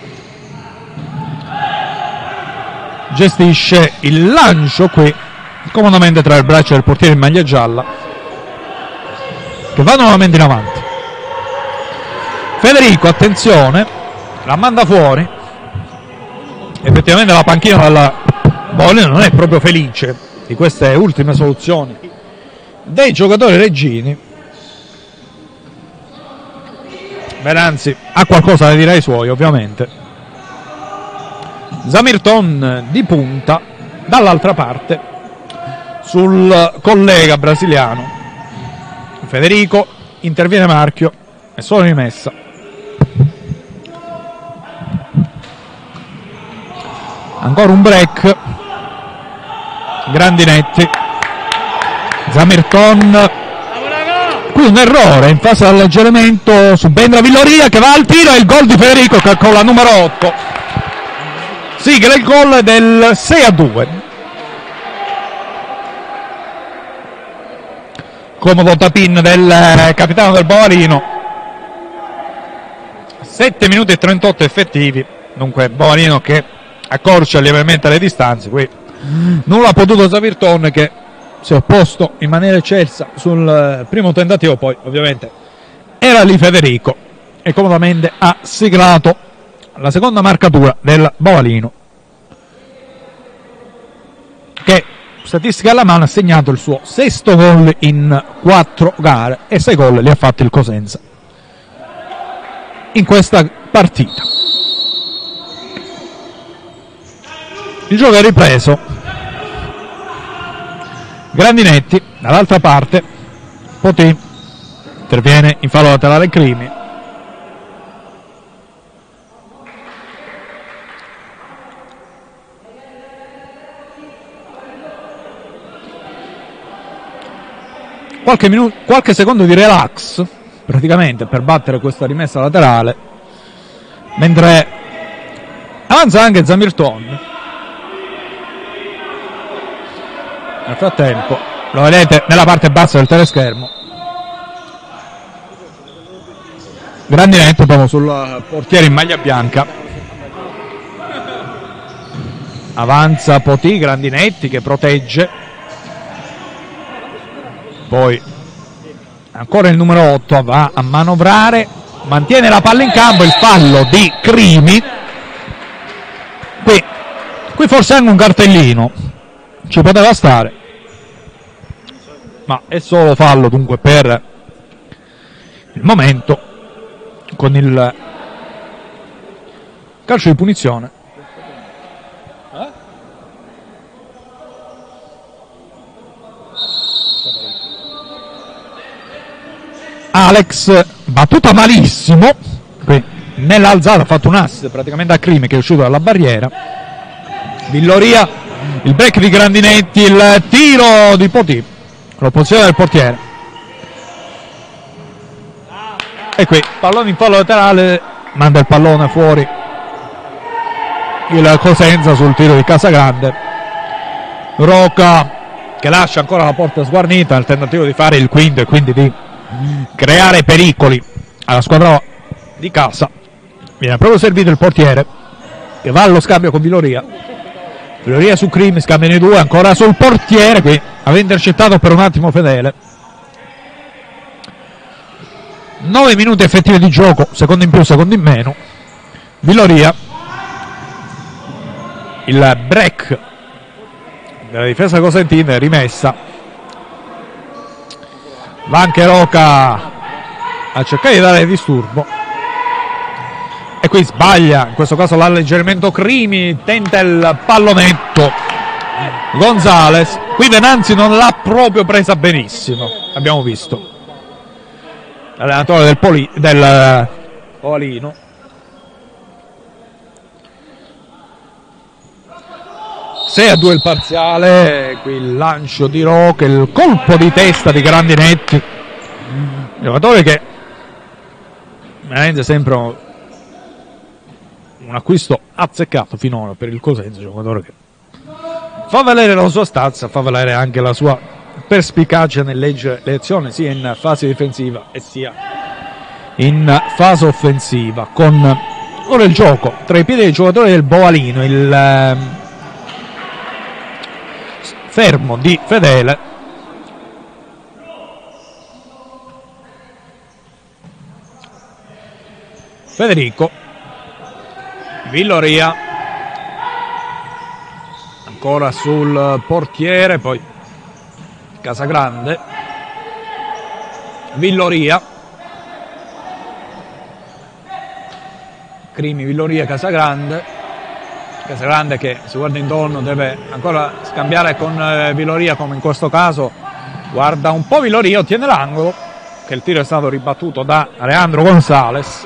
gestisce il lancio qui comodamente tra il braccio del portiere in maglia gialla che va nuovamente in avanti. Federico, attenzione, la manda fuori, effettivamente la panchina della Bologna non è proprio felice di queste ultime soluzioni dei giocatori reggini. Venanzi ha qualcosa da dire ai suoi, ovviamente. Zamirton di punta dall'altra parte sul collega brasiliano. Federico, interviene Marchio, è solo rimessa. Ancora un break. Grandinetti, Zamirton, qui un errore in fase di alleggerimento, subentra Villoria che va al tiro e il gol di Federico che con la numero 8 sigla il gol del 6-2. Comodo tapin del capitano del Bovarino. 7 minuti e 38 effettivi, dunque Bovarino che accorcia lievemente le distanze, qui nulla ha potuto Zamirton che si è opposto in maniera eccelsa sul primo tentativo, poi ovviamente era lì Federico e comodamente ha siglato la seconda marcatura del Bovarino che, statistica alla mano, ha segnato il suo 6° gol in 4 gare e 6 gol li ha fatti il Cosenza in questa partita. Il gioco è ripreso. Grandinetti dall'altra parte, Potì interviene in fallo laterale Crimi. Qualche secondo di relax praticamente per battere questa rimessa laterale, mentre avanza anche Zamirton. Nel frattempo lo vedete nella parte bassa del teleschermo, Grandinetti proprio sul portiere in maglia bianca. Avanza Potì, Grandinetti che protegge, poi ancora il numero 8 va a manovrare, mantiene la palla in campo, il fallo di Crimi. Qui forse anche un cartellino ci poteva stare, ma è solo fallo dunque per il momento, con il calcio di punizione. Alex battuta malissimo, qui nell'alzata ha fatto un assist praticamente a Crimi che è uscito dalla barriera. Villoria, il break di Grandinetti, il tiro di Potì, l'opposizione del portiere. E qui pallone in fallo laterale, manda il pallone fuori il Cosenza sul tiro di Casagrande. Roca che lascia ancora la porta sguarnita nel tentativo di fare il quinto e quindi di creare pericoli alla squadra di casa. Viene proprio servito il portiere che va allo scambio con Villoria. Villoria su Crimi, scambiano i due, ancora sul portiere, qui aveva intercettato per un attimo Fedele. 9 minuti effettivi di gioco, secondo in più, secondo in meno. Villoria, il break della difesa cosentina, rimessa. Va anche Roca a cercare di dare disturbo. e qui sbaglia, in questo caso l'alleggerimento Crimi, tenta il pallonetto Gonzales, qui Venanzi non l'ha proprio presa benissimo, abbiamo visto l'allenatore del Povalino. Sei a 2 il parziale, qui il lancio di Roca, il colpo di testa di Grandinetti, giocatore che veramente sempre un acquisto azzeccato finora per il Cosenza, giocatore che fa valere la sua stazza, fa valere anche la sua perspicacia nel leggere le azioni sia in fase difensiva e sia in fase offensiva. Con ora il gioco tra i piedi dei giocatori del Bovalino, il fermo di Fedele, Federico, Villoria ancora sul portiere, poi Casagrande, Villoria, Crimi, Villoria, Casagrande che si guarda intorno, deve ancora scambiare con Villoria, come in questo caso guarda un po' Villoria, ottiene l'angolo, che il tiro è stato ribattuto da Leandro Gonzales.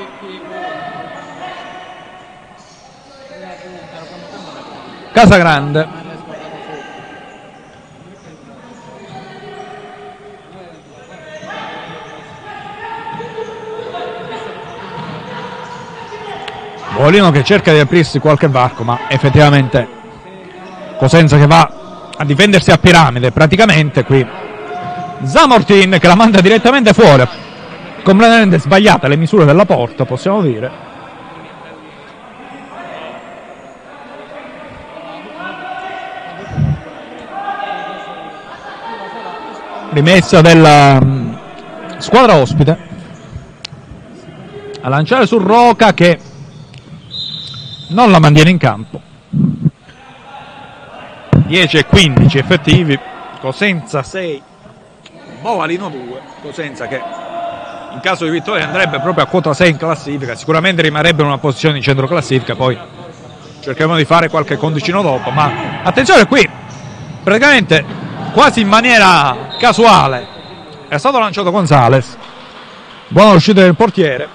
Casagrande, Bovalino che cerca di aprirsi qualche varco, ma effettivamente Cosenza che va a difendersi a piramide praticamente. Qui Zamortin che la manda direttamente fuori, completamente sbagliate le misure della porta, possiamo dire. Rimessa della squadra ospite a lanciare su Roca che non la mantiene in campo. 10 e 15 effettivi, Cosenza 6, Bovalino 2. Cosenza che in caso di vittoria andrebbe proprio a quota 6 in classifica, sicuramente rimarrebbe in una posizione di centro classifica, poi cercheremo di fare qualche conticino dopo, ma attenzione qui, praticamente quasi in maniera casuale è stato lanciato Gonzales, buona uscita del portiere.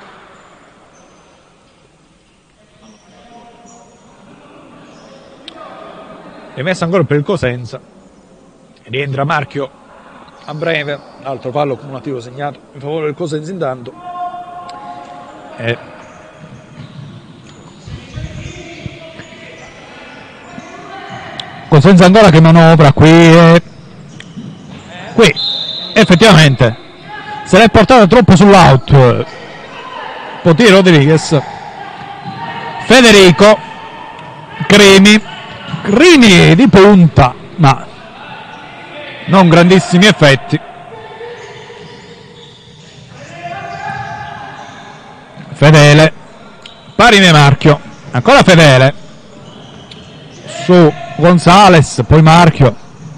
Rimessa ancora per il Cosenza, rientra Marchio a breve, altro fallo cumulativo segnato in favore del Cosenza intanto. Cosenza ancora che manovra qui effettivamente se l'è portata troppo sull'out Poti Rodriguez, Federico, Crimi di punta, ma non grandissimi effetti. Fedele, Parime Marchio, ancora Fedele su Gonzales, poi Marchio,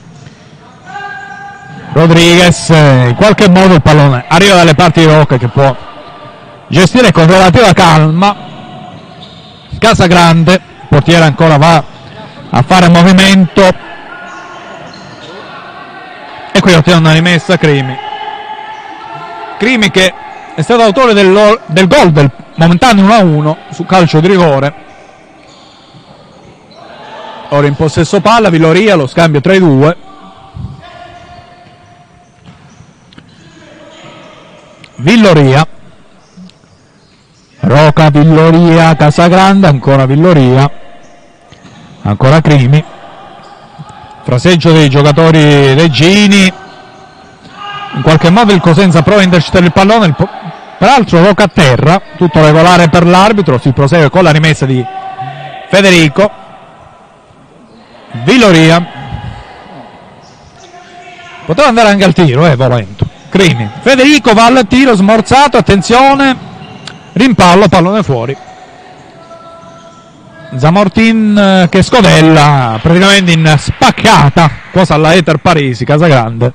Rodriguez, in qualche modo il pallone arriva dalle parti di Rocca che può gestire con relativa calma. Casagrande, il portiere ancora va a fare movimento e qui ottiene una rimessa Crimi che è stato autore del gol del momentaneo 1-1 su calcio di rigore. Ora in possesso palla Villoria, lo scambio tra i due. Villoria, Roca, Villoria, Casagrande, ancora Villoria, ancora Crimi, fraseggio dei giocatori reggini, in qualche modo il Cosenza prova a intercettare il pallone, peraltro Roca a terra, tutto regolare per l'arbitro, si prosegue con la rimessa di Federico, Villoria, poteva andare anche al tiro, volendo, Crimi, Federico va al tiro, smorzato, attenzione, rimpallo, pallone fuori. Zamortin che scodella praticamente in spaccata, cosa alla Eter Parisi, Casagrande.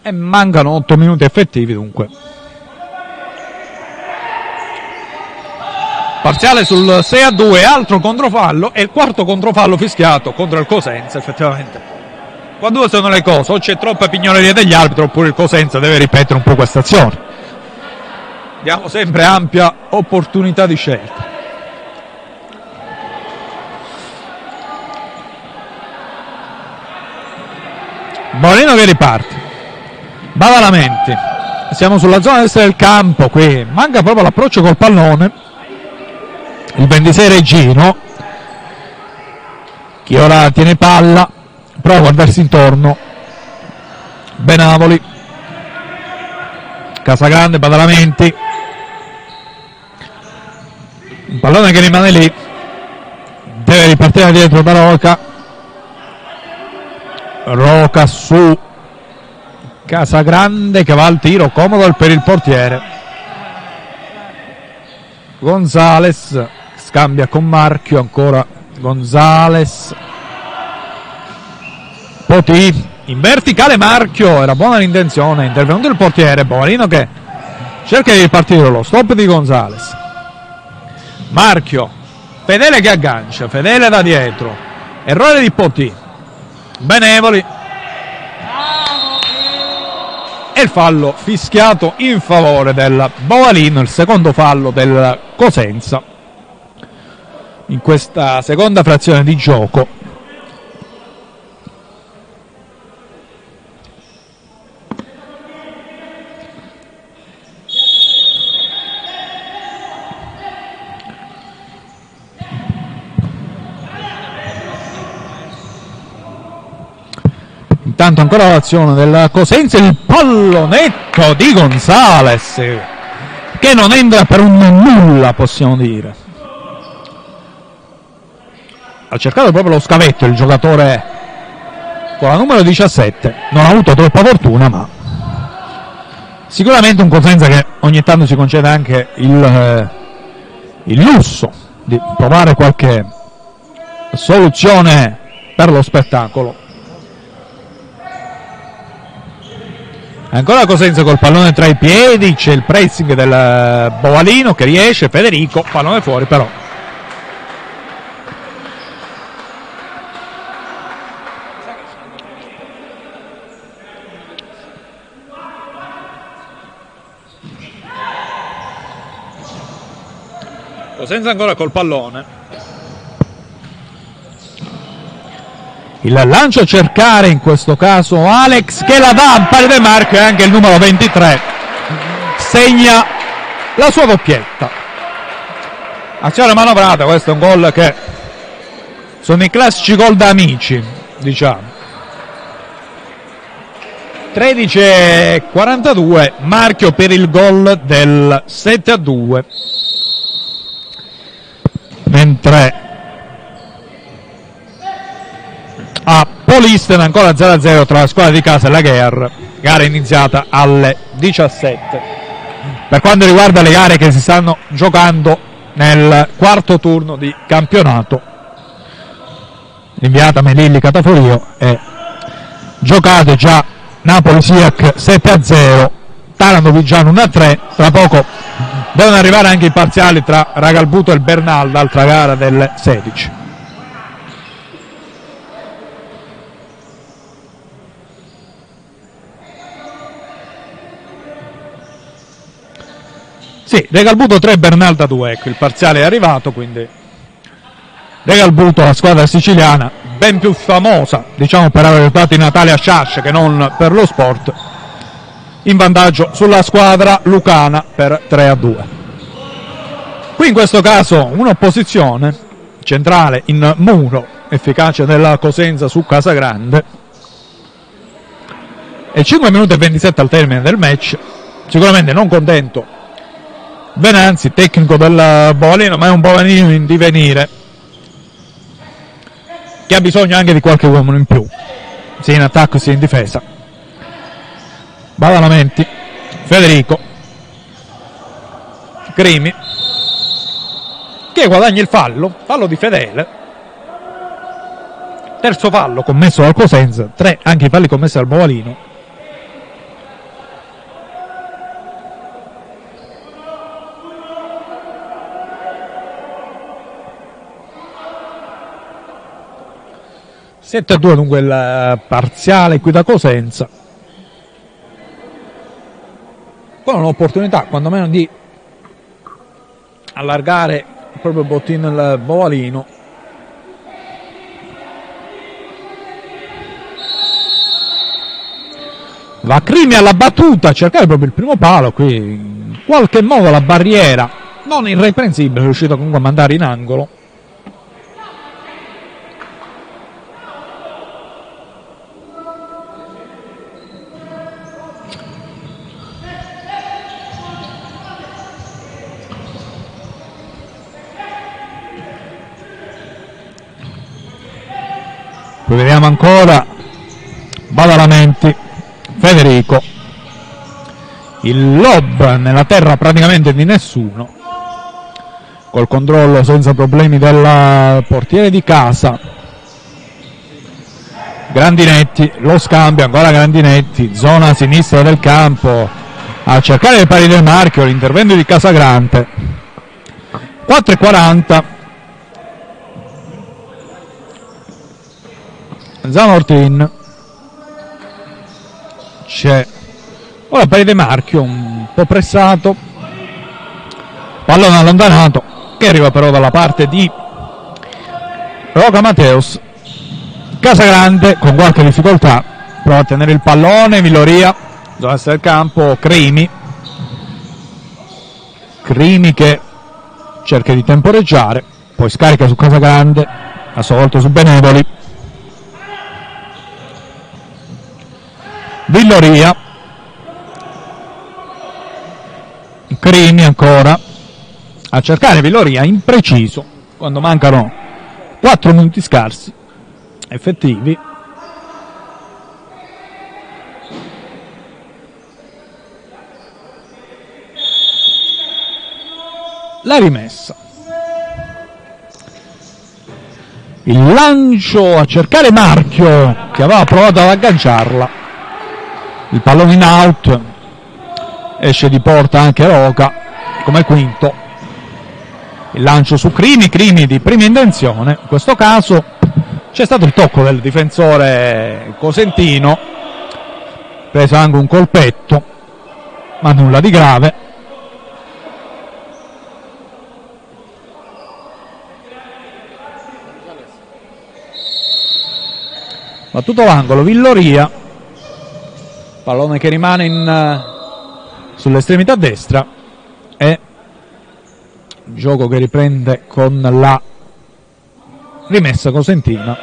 e mancano 8 minuti effettivi, dunque parziale sul 6-2, altro controfallo e il quarto controfallo fischiato contro il Cosenza. Effettivamente qua due sono le cose, o c'è troppa pignoleria degli arbitri oppure il Cosenza deve ripetere un po' questa azione. Diamo sempre ampia opportunità di scelta. Bolino che riparte, Badalamenti, siamo sulla zona destra del campo, qui manca proprio l'approccio col pallone il 26 Reggino, chi ora tiene palla prova a guardarsi intorno, Benavoli, Casagrande, Badalamenti, un pallone che rimane lì, deve ripartire dietro da Roca su Casagrande che va al tiro, comodo per il portiere. Gonzales scambia con Marchio, ancora Gonzales, Poti in verticale, Marchio, era buona l'intenzione, è intervenuto il portiere Bovalino che cerca di ripartire, lo stop di Gonzales. Marchio, Fedele che aggancia, Fedele da dietro, errore di Poti, Benevoli e il fallo fischiato in favore del Bovalino, il secondo fallo del Cosenza in questa seconda frazione di gioco. Intanto ancora l'azione del Cosenza, il pallonetto di Gonzales che non entra per un nulla, possiamo dire. Ha cercato proprio lo scavetto il giocatore con la numero 17, non ha avuto troppa fortuna, ma sicuramente un Cosenza che ogni tanto si concede anche il lusso di provare qualche soluzione per lo spettacolo. Ancora Cosenza col pallone tra i piedi, c'è il pressing del Bovalino che riesce, Federico, pallone fuori però. Cosenza ancora col pallone. Il lancio a cercare in questo caso Alex che la dà a pari De Marco e anche il numero 23 segna la sua doppietta. Azione manovrata, questo è un gol che sono i classici gol da amici, diciamo. 13:42, Marchio per il gol del 7-2, mentre a Polisten ancora 0-0 tra la squadra di casa e la gara iniziata alle 17. Per quanto riguarda le gare che si stanno giocando nel quarto turno di campionato, l'inviata Melilli Cataforio è giocate già Napoli-Siak 7-0, Taranto-Viggiano 1-3, tra poco devono arrivare anche i parziali tra Ragalbuto e il Bernalda, altra gara delle 16. Sì, Regalbuto 3, Bernalda 2, ecco il parziale è arrivato, quindi Regalbuto, la squadra siciliana, ben più famosa, diciamo, per aver dato i Natali a Sciascia che non per lo sport, in vantaggio sulla squadra lucana per 3-2. Qui in questo caso un'opposizione centrale in muro, efficace della Cosenza su Casagrande, e 5 minuti e 27 al termine del match. Sicuramente non contento Venanzi, tecnico del Bovalino, ma è un Bovalino in divenire che ha bisogno anche di qualche uomo in più, sia in attacco sia in difesa. Badalamenti, Federico, Crimi che guadagna il fallo di Fedele, terzo fallo commesso dal Cosenza, 3 anche i falli commessi dal Bovalino. 7-2 dunque il parziale qui da Cosenza, con un'opportunità quantomeno di allargare il proprio bottino il Bovalino. Va Crimi alla battuta a cercare proprio il primo palo, qui in qualche modo la barriera non irreprensibile è riuscito comunque a mandare in angolo. Poi vediamo ancora Badalamenti, Federico, il lob nella terra praticamente di nessuno, col controllo senza problemi del portiere di casa. Grandinetti, lo scambio, ancora Grandinetti, zona sinistra del campo, a cercare le pari del marchio, l'intervento di Casagrande. 4:40. Zanortin, c'è ora pari del marchio un po' pressato, pallone allontanato che arriva però dalla parte di Roca Mateus. Casagrande con qualche difficoltà prova a tenere il pallone, Villoria, zona est del campo, Crimi che cerca di temporeggiare, poi scarica su Casagrande, a sua volta su Benevoli. Villoria, Crimi ancora a cercare Villoria, impreciso quando mancano 4 minuti scarsi effettivi. La rimessa, il lancio a cercare Marchio che aveva provato ad agganciarla, il pallone in out, esce di porta anche Roca come quinto. Il lancio su Crimi di prima intenzione, in questo caso c'è stato il tocco del difensore cosentino, preso anche un colpetto ma nulla di grave. Battuto l'angolo, Villoria, pallone che rimane sull'estremità destra e gioco che riprende con la rimessa cosentina.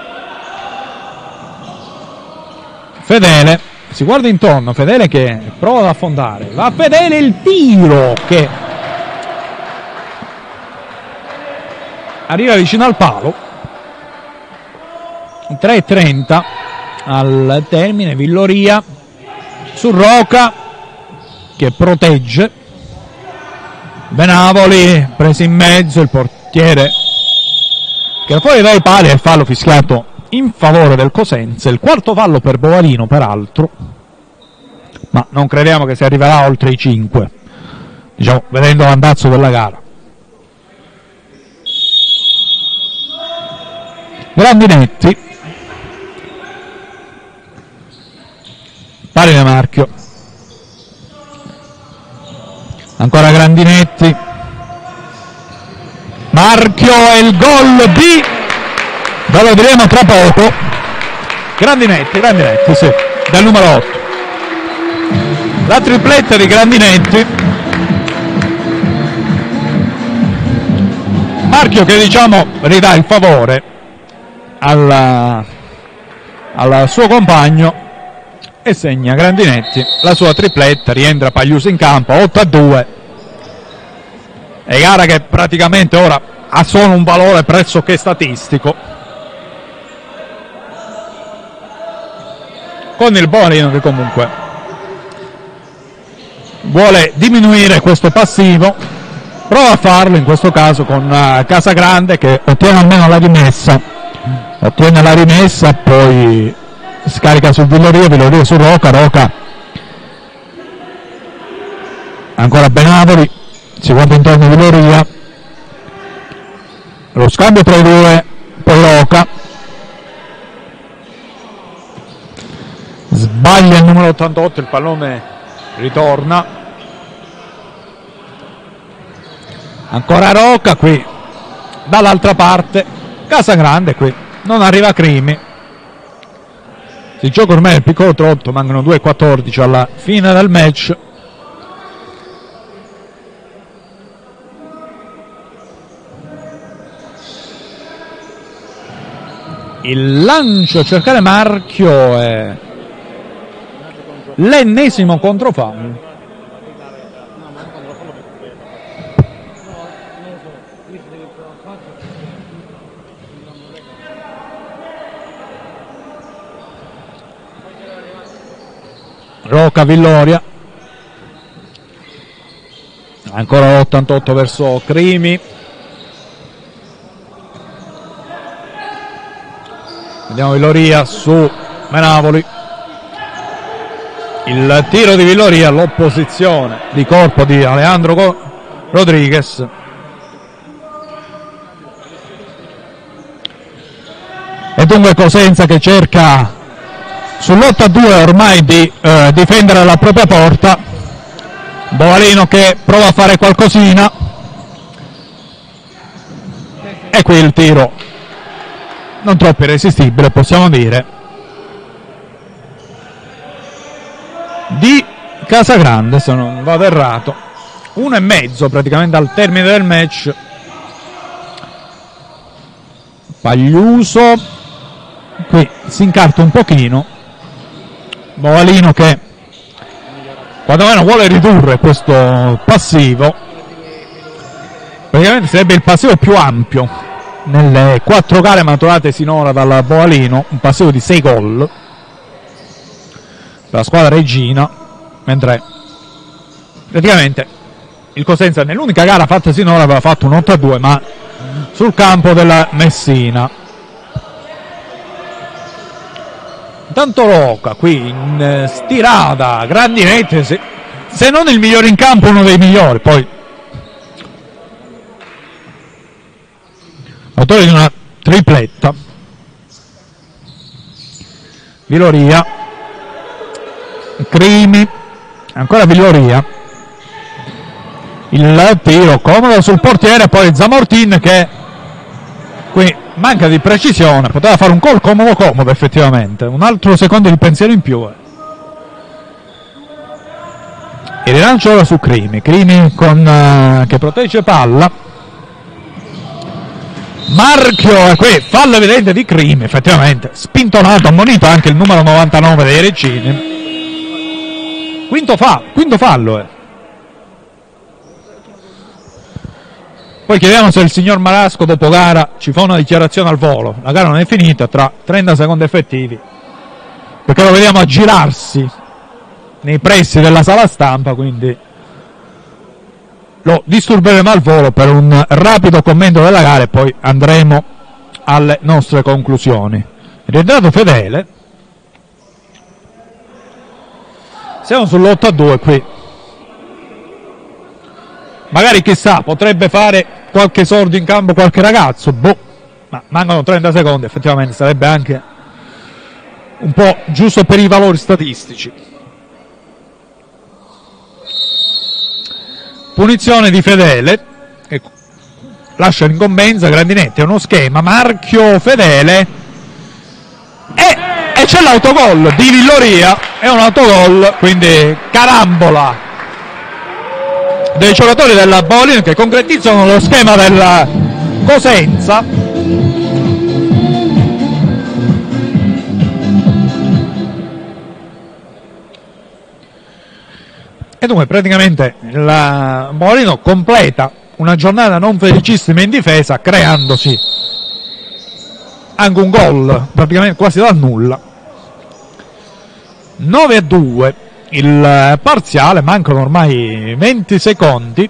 Fedele si guarda intorno, Fedele che prova ad affondare, va Fedele, il tiro che arriva vicino al palo. 3:30 al termine, Villoria su Roca che protegge, Benavoli preso in mezzo, il portiere che fuori dai pali, è il fallo fischiato in favore del Cosenza, il quarto fallo per Bovalino peraltro, ma non crediamo che si arriverà oltre i 5, diciamo, vedendo l'andazzo della gara. Grandinetti, pari da marchio, ancora Grandinetti, marchio e il gol di, ve lo diremo tra poco, Grandinetti sì, del numero 8, la tripletta di Grandinetti, marchio che diciamo ridà il favore al suo compagno e segna Grandinetti la sua tripletta, rientra Pagliuso in campo, 8-2, e gara che praticamente ora ha solo un valore pressoché statistico, con il Bovalino che comunque vuole diminuire questo passivo, prova a farlo in questo caso con Casagrande che ottiene almeno la rimessa, poi scarica su Villoria su Roca, ancora Benavoli, si guarda intorno Villoria, lo scambio tra i due, poi Roca, Sbaglia il numero 88, il pallone ritorna. Ancora Rocca qui dall'altra parte, Casagrande qui, non arriva Crimi. Si gioca ormai il piccolo trotto, mancano 2:14 alla fine del match. Il lancio a cercare Marchio è l'ennesimo controfallo. Rocca Villoria, ancora 88 verso Crimi. Vediamo Villoria su Menavoli, il tiro di Villoria, l'opposizione di corpo di Alejandro Rodriguez. E dunque Cosenza che cerca sull'8-2 ormai di difendere la propria porta. Bovalino che prova a fare qualcosina, e qui il tiro non troppo irresistibile, possiamo dire, di Casagrande, se non vado errato. 1,5 praticamente al termine del match. Pagliuso qui si incarta un pochino. Bovalino che quantomeno vuole ridurre questo passivo, praticamente sarebbe il passivo più ampio nelle 4 gare maturate sinora dalla Bovalino, un passivo di 6 gol per la squadra reggina, mentre praticamente il Cosenza nell'unica gara fatta sinora aveva fatto un 8-2, ma sul campo della Messina. Intanto Rocca qui in stirata, Grandinetti, se non il migliore in campo, uno dei migliori, poi autore di una tripletta. Villoria, Crimi, ancora Villoria, il tiro comodo sul portiere, poi Zamortin che qui manca di precisione, poteva fare un gol comodo effettivamente, un altro secondo di pensiero in più. Il rilancio ora su Crimi con che protegge palla. Marchio, qui fallo evidente di Crimi, effettivamente spintonato, ammonito anche il numero 99 dei reggini. Quinto fallo. Poi chiediamo se il signor Marasco dopo gara ci fa una dichiarazione al volo. La gara non è finita, tra 30 secondi effettivi, perché lo vediamo aggirarsi nei pressi della sala stampa, quindi lo disturberemo al volo per un rapido commento della gara e poi andremo alle nostre conclusioni. Rientrato Fedele, siamo sull'8-2 qui. Magari chissà, potrebbe fare qualche esordio in campo qualche ragazzo, ma mancano 30 secondi, effettivamente sarebbe anche un po' giusto per i valori statistici. Punizione di Fedele, che lascia l'incombenza. Grandinetti, è uno schema, Marchio, Fedele, e c'è l'autogol di Villoria, è un autogol, quindi carambola dei giocatori della Bovalino che concretizzano lo schema della Cosenza. E dunque praticamente la Bovalino completa una giornata non felicissima in difesa, creandosi anche un gol praticamente quasi dal nulla. 9-2 il parziale, mancano ormai 20 secondi.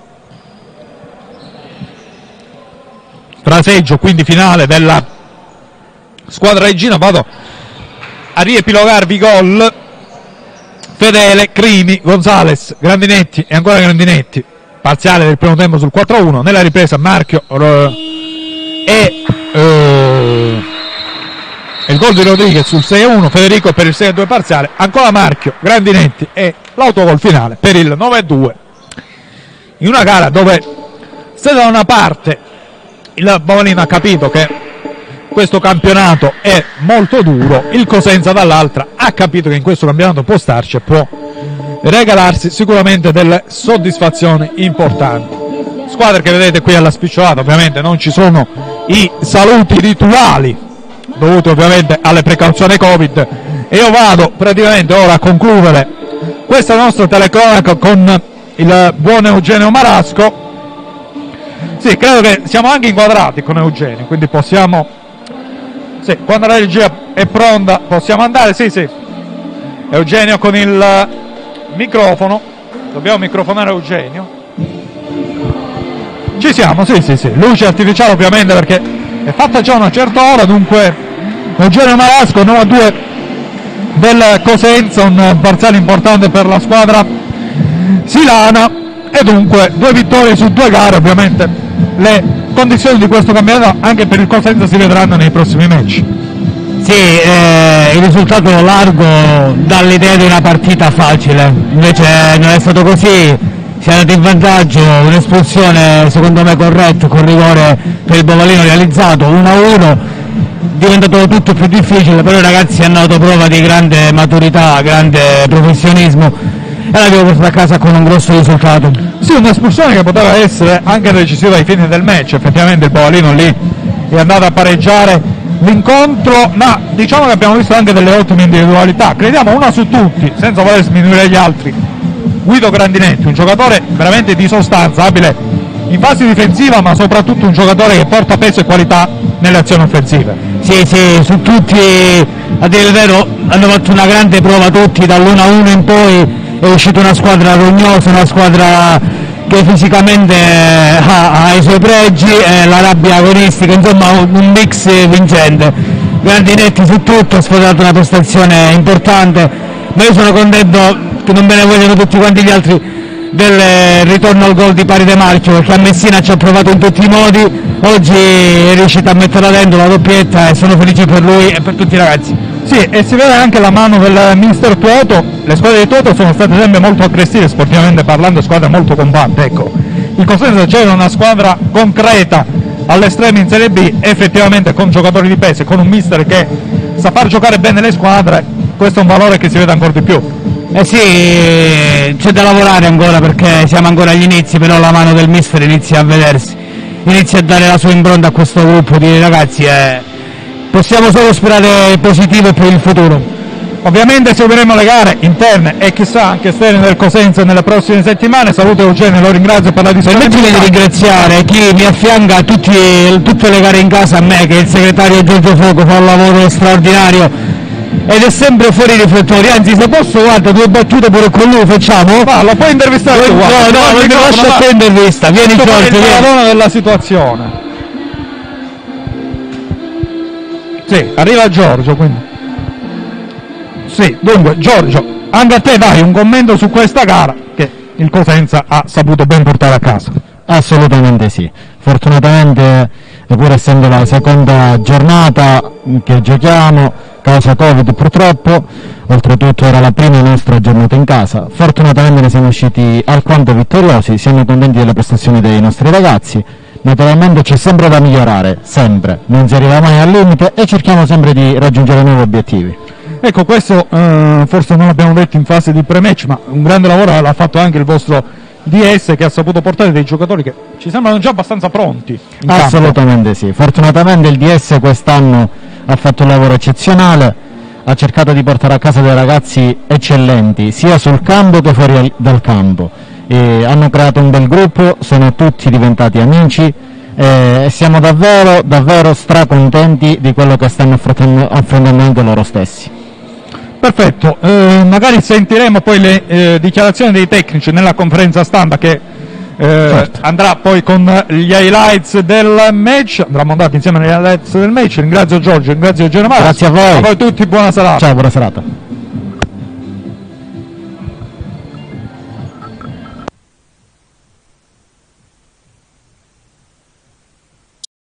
Fraseggio quindi finale della squadra reggina. Vado a riepilogarvi i gol. Fedele, Crimi, Gonzales, Grandinetti e ancora Grandinetti. Parziale del primo tempo sul 4-1. Nella ripresa Marchio e il gol di Rodriguez sul 6-1, Federico per il 6-2 parziale, ancora Marchio, Grandinetti e l'autogol finale per il 9-2 in una gara dove, se da una parte il Bovalino ha capito che questo campionato è molto duro, il Cosenza dall'altra ha capito che in questo campionato può starci e può regalarsi sicuramente delle soddisfazioni importanti. Squadre che vedete qui alla spicciolata, ovviamente non ci sono i saluti rituali dovuti ovviamente alle precauzioni Covid, e io vado praticamente ora a concludere questa nostra telecronaca con il buon Eugenio Marasco. Sì, credo che siamo anche inquadrati con Eugenio, quindi possiamo, sì, quando la regia è pronta possiamo andare. Sì, Eugenio con il microfono, dobbiamo microfonare Eugenio. Ci siamo, sì, luce artificiale ovviamente perché è fatta già una certa ora, dunque Eugenio Marasco 9-2 del Cosenza, un parziale importante per la squadra silana, e dunque 2 vittorie su 2 gare. Ovviamente le condizioni di questo campionato anche per il Cosenza si vedranno nei prossimi match. Sì, il risultato largo dà l'idea di una partita facile, invece non è stato così. Si è andato in vantaggio, un'espulsione secondo me corretta, con rigore per il Bovalino realizzato, 1-1, diventato tutto più difficile, però i ragazzi hanno dato prova di grande maturità, grande professionismo, e l'abbiamo portata a casa con un grosso risultato. Sì, un'espulsione che poteva essere anche decisiva ai fini del match, effettivamente il Bovalino lì è andato a pareggiare l'incontro, ma diciamo che abbiamo visto anche delle ottime individualità, crediamo una su tutti, senza voler sminuire gli altri. Guido Grandinetti, un giocatore veramente di sostanza, abile in fase difensiva, ma soprattutto un giocatore che porta peso e qualità nelle azioni offensive. Sì, su tutti, a dire il vero, hanno fatto una grande prova tutti, dall'1-1 in poi è uscita una squadra rognosa, una squadra che fisicamente ha i suoi pregi e la rabbia agonistica, insomma un mix vincente. Grandinetti su tutto ha sforato una prestazione importante, ma io sono contento che non me ne vogliono tutti quanti gli altri del ritorno al gol di pari de Marchio, perché a Messina ci ha provato in tutti i modi, oggi è riuscito a metterla dentro la doppietta e sono felice per lui e per tutti i ragazzi. Sì, e si vede anche la mano del mister Tuoto. Le squadre di Tuoto sono state sempre molto aggressive, sportivamente parlando, squadre molto compatte. Ecco, il Cosenza c'era una squadra concreta all'estremo in Serie B, effettivamente con giocatori di peso e con un mister che sa far giocare bene le squadre. Questo è un valore che si vede ancora di più. Sì, c'è da lavorare ancora perché siamo ancora agli inizi, però la mano del mister inizia a vedersi, inizia a dare la sua impronta a questo gruppo di ragazzi e possiamo solo sperare positivo per il futuro. Ovviamente seguiremo le gare interne e chissà anche esterne del Cosenza nelle prossime settimane. Saluto Eugenio, lo ringrazio per la disponibilità. Permettimi di ringraziare chi mi affianca a tutte le gare in casa a me, che è il segretario Giorgio Fuoco, fa un lavoro straordinario ed è sempre fuori riflettori, anzi se posso guarda 2 battute pure con lui facciamo? Va, lo puoi intervistare tu, guarda. No, mi lascio a te intervista, vieni Giorgio, il padrone della situazione. Sì, arriva Giorgio, quindi. Sì, dunque Giorgio, anche a te dai un commento su questa gara che il Cosenza ha saputo ben portare a casa. Assolutamente sì, fortunatamente pur essendo la seconda giornata che giochiamo, causa Covid purtroppo, oltretutto era la prima nostra giornata in casa, fortunatamente ne siamo usciti alquanto vittoriosi, siamo contenti delle prestazioni dei nostri ragazzi, naturalmente c'è sempre da migliorare, sempre, non si arriva mai al limite e cerchiamo sempre di raggiungere nuovi obiettivi. Ecco, questo forse non l'abbiamo detto in fase di pre-match, ma un grande lavoro l'ha fatto anche il vostro DS, che ha saputo portare dei giocatori che ci sembrano già abbastanza pronti in assolutamente campo. Sì, fortunatamente il DS quest'anno ha fatto un lavoro eccezionale, ha cercato di portare a casa dei ragazzi eccellenti sia sul campo che fuori dal campo, hanno creato un bel gruppo, sono tutti diventati amici e siamo davvero stracontenti di quello che stanno affrontando anche loro stessi. Perfetto, magari sentiremo poi le dichiarazioni dei tecnici nella conferenza stampa che certo, andrà poi con gli highlights del match, andrà montato insieme agli highlights del match. Ringrazio Giorgio, ringrazio Giovanni. Grazie a voi. A voi tutti, buona serata. Ciao, buona serata.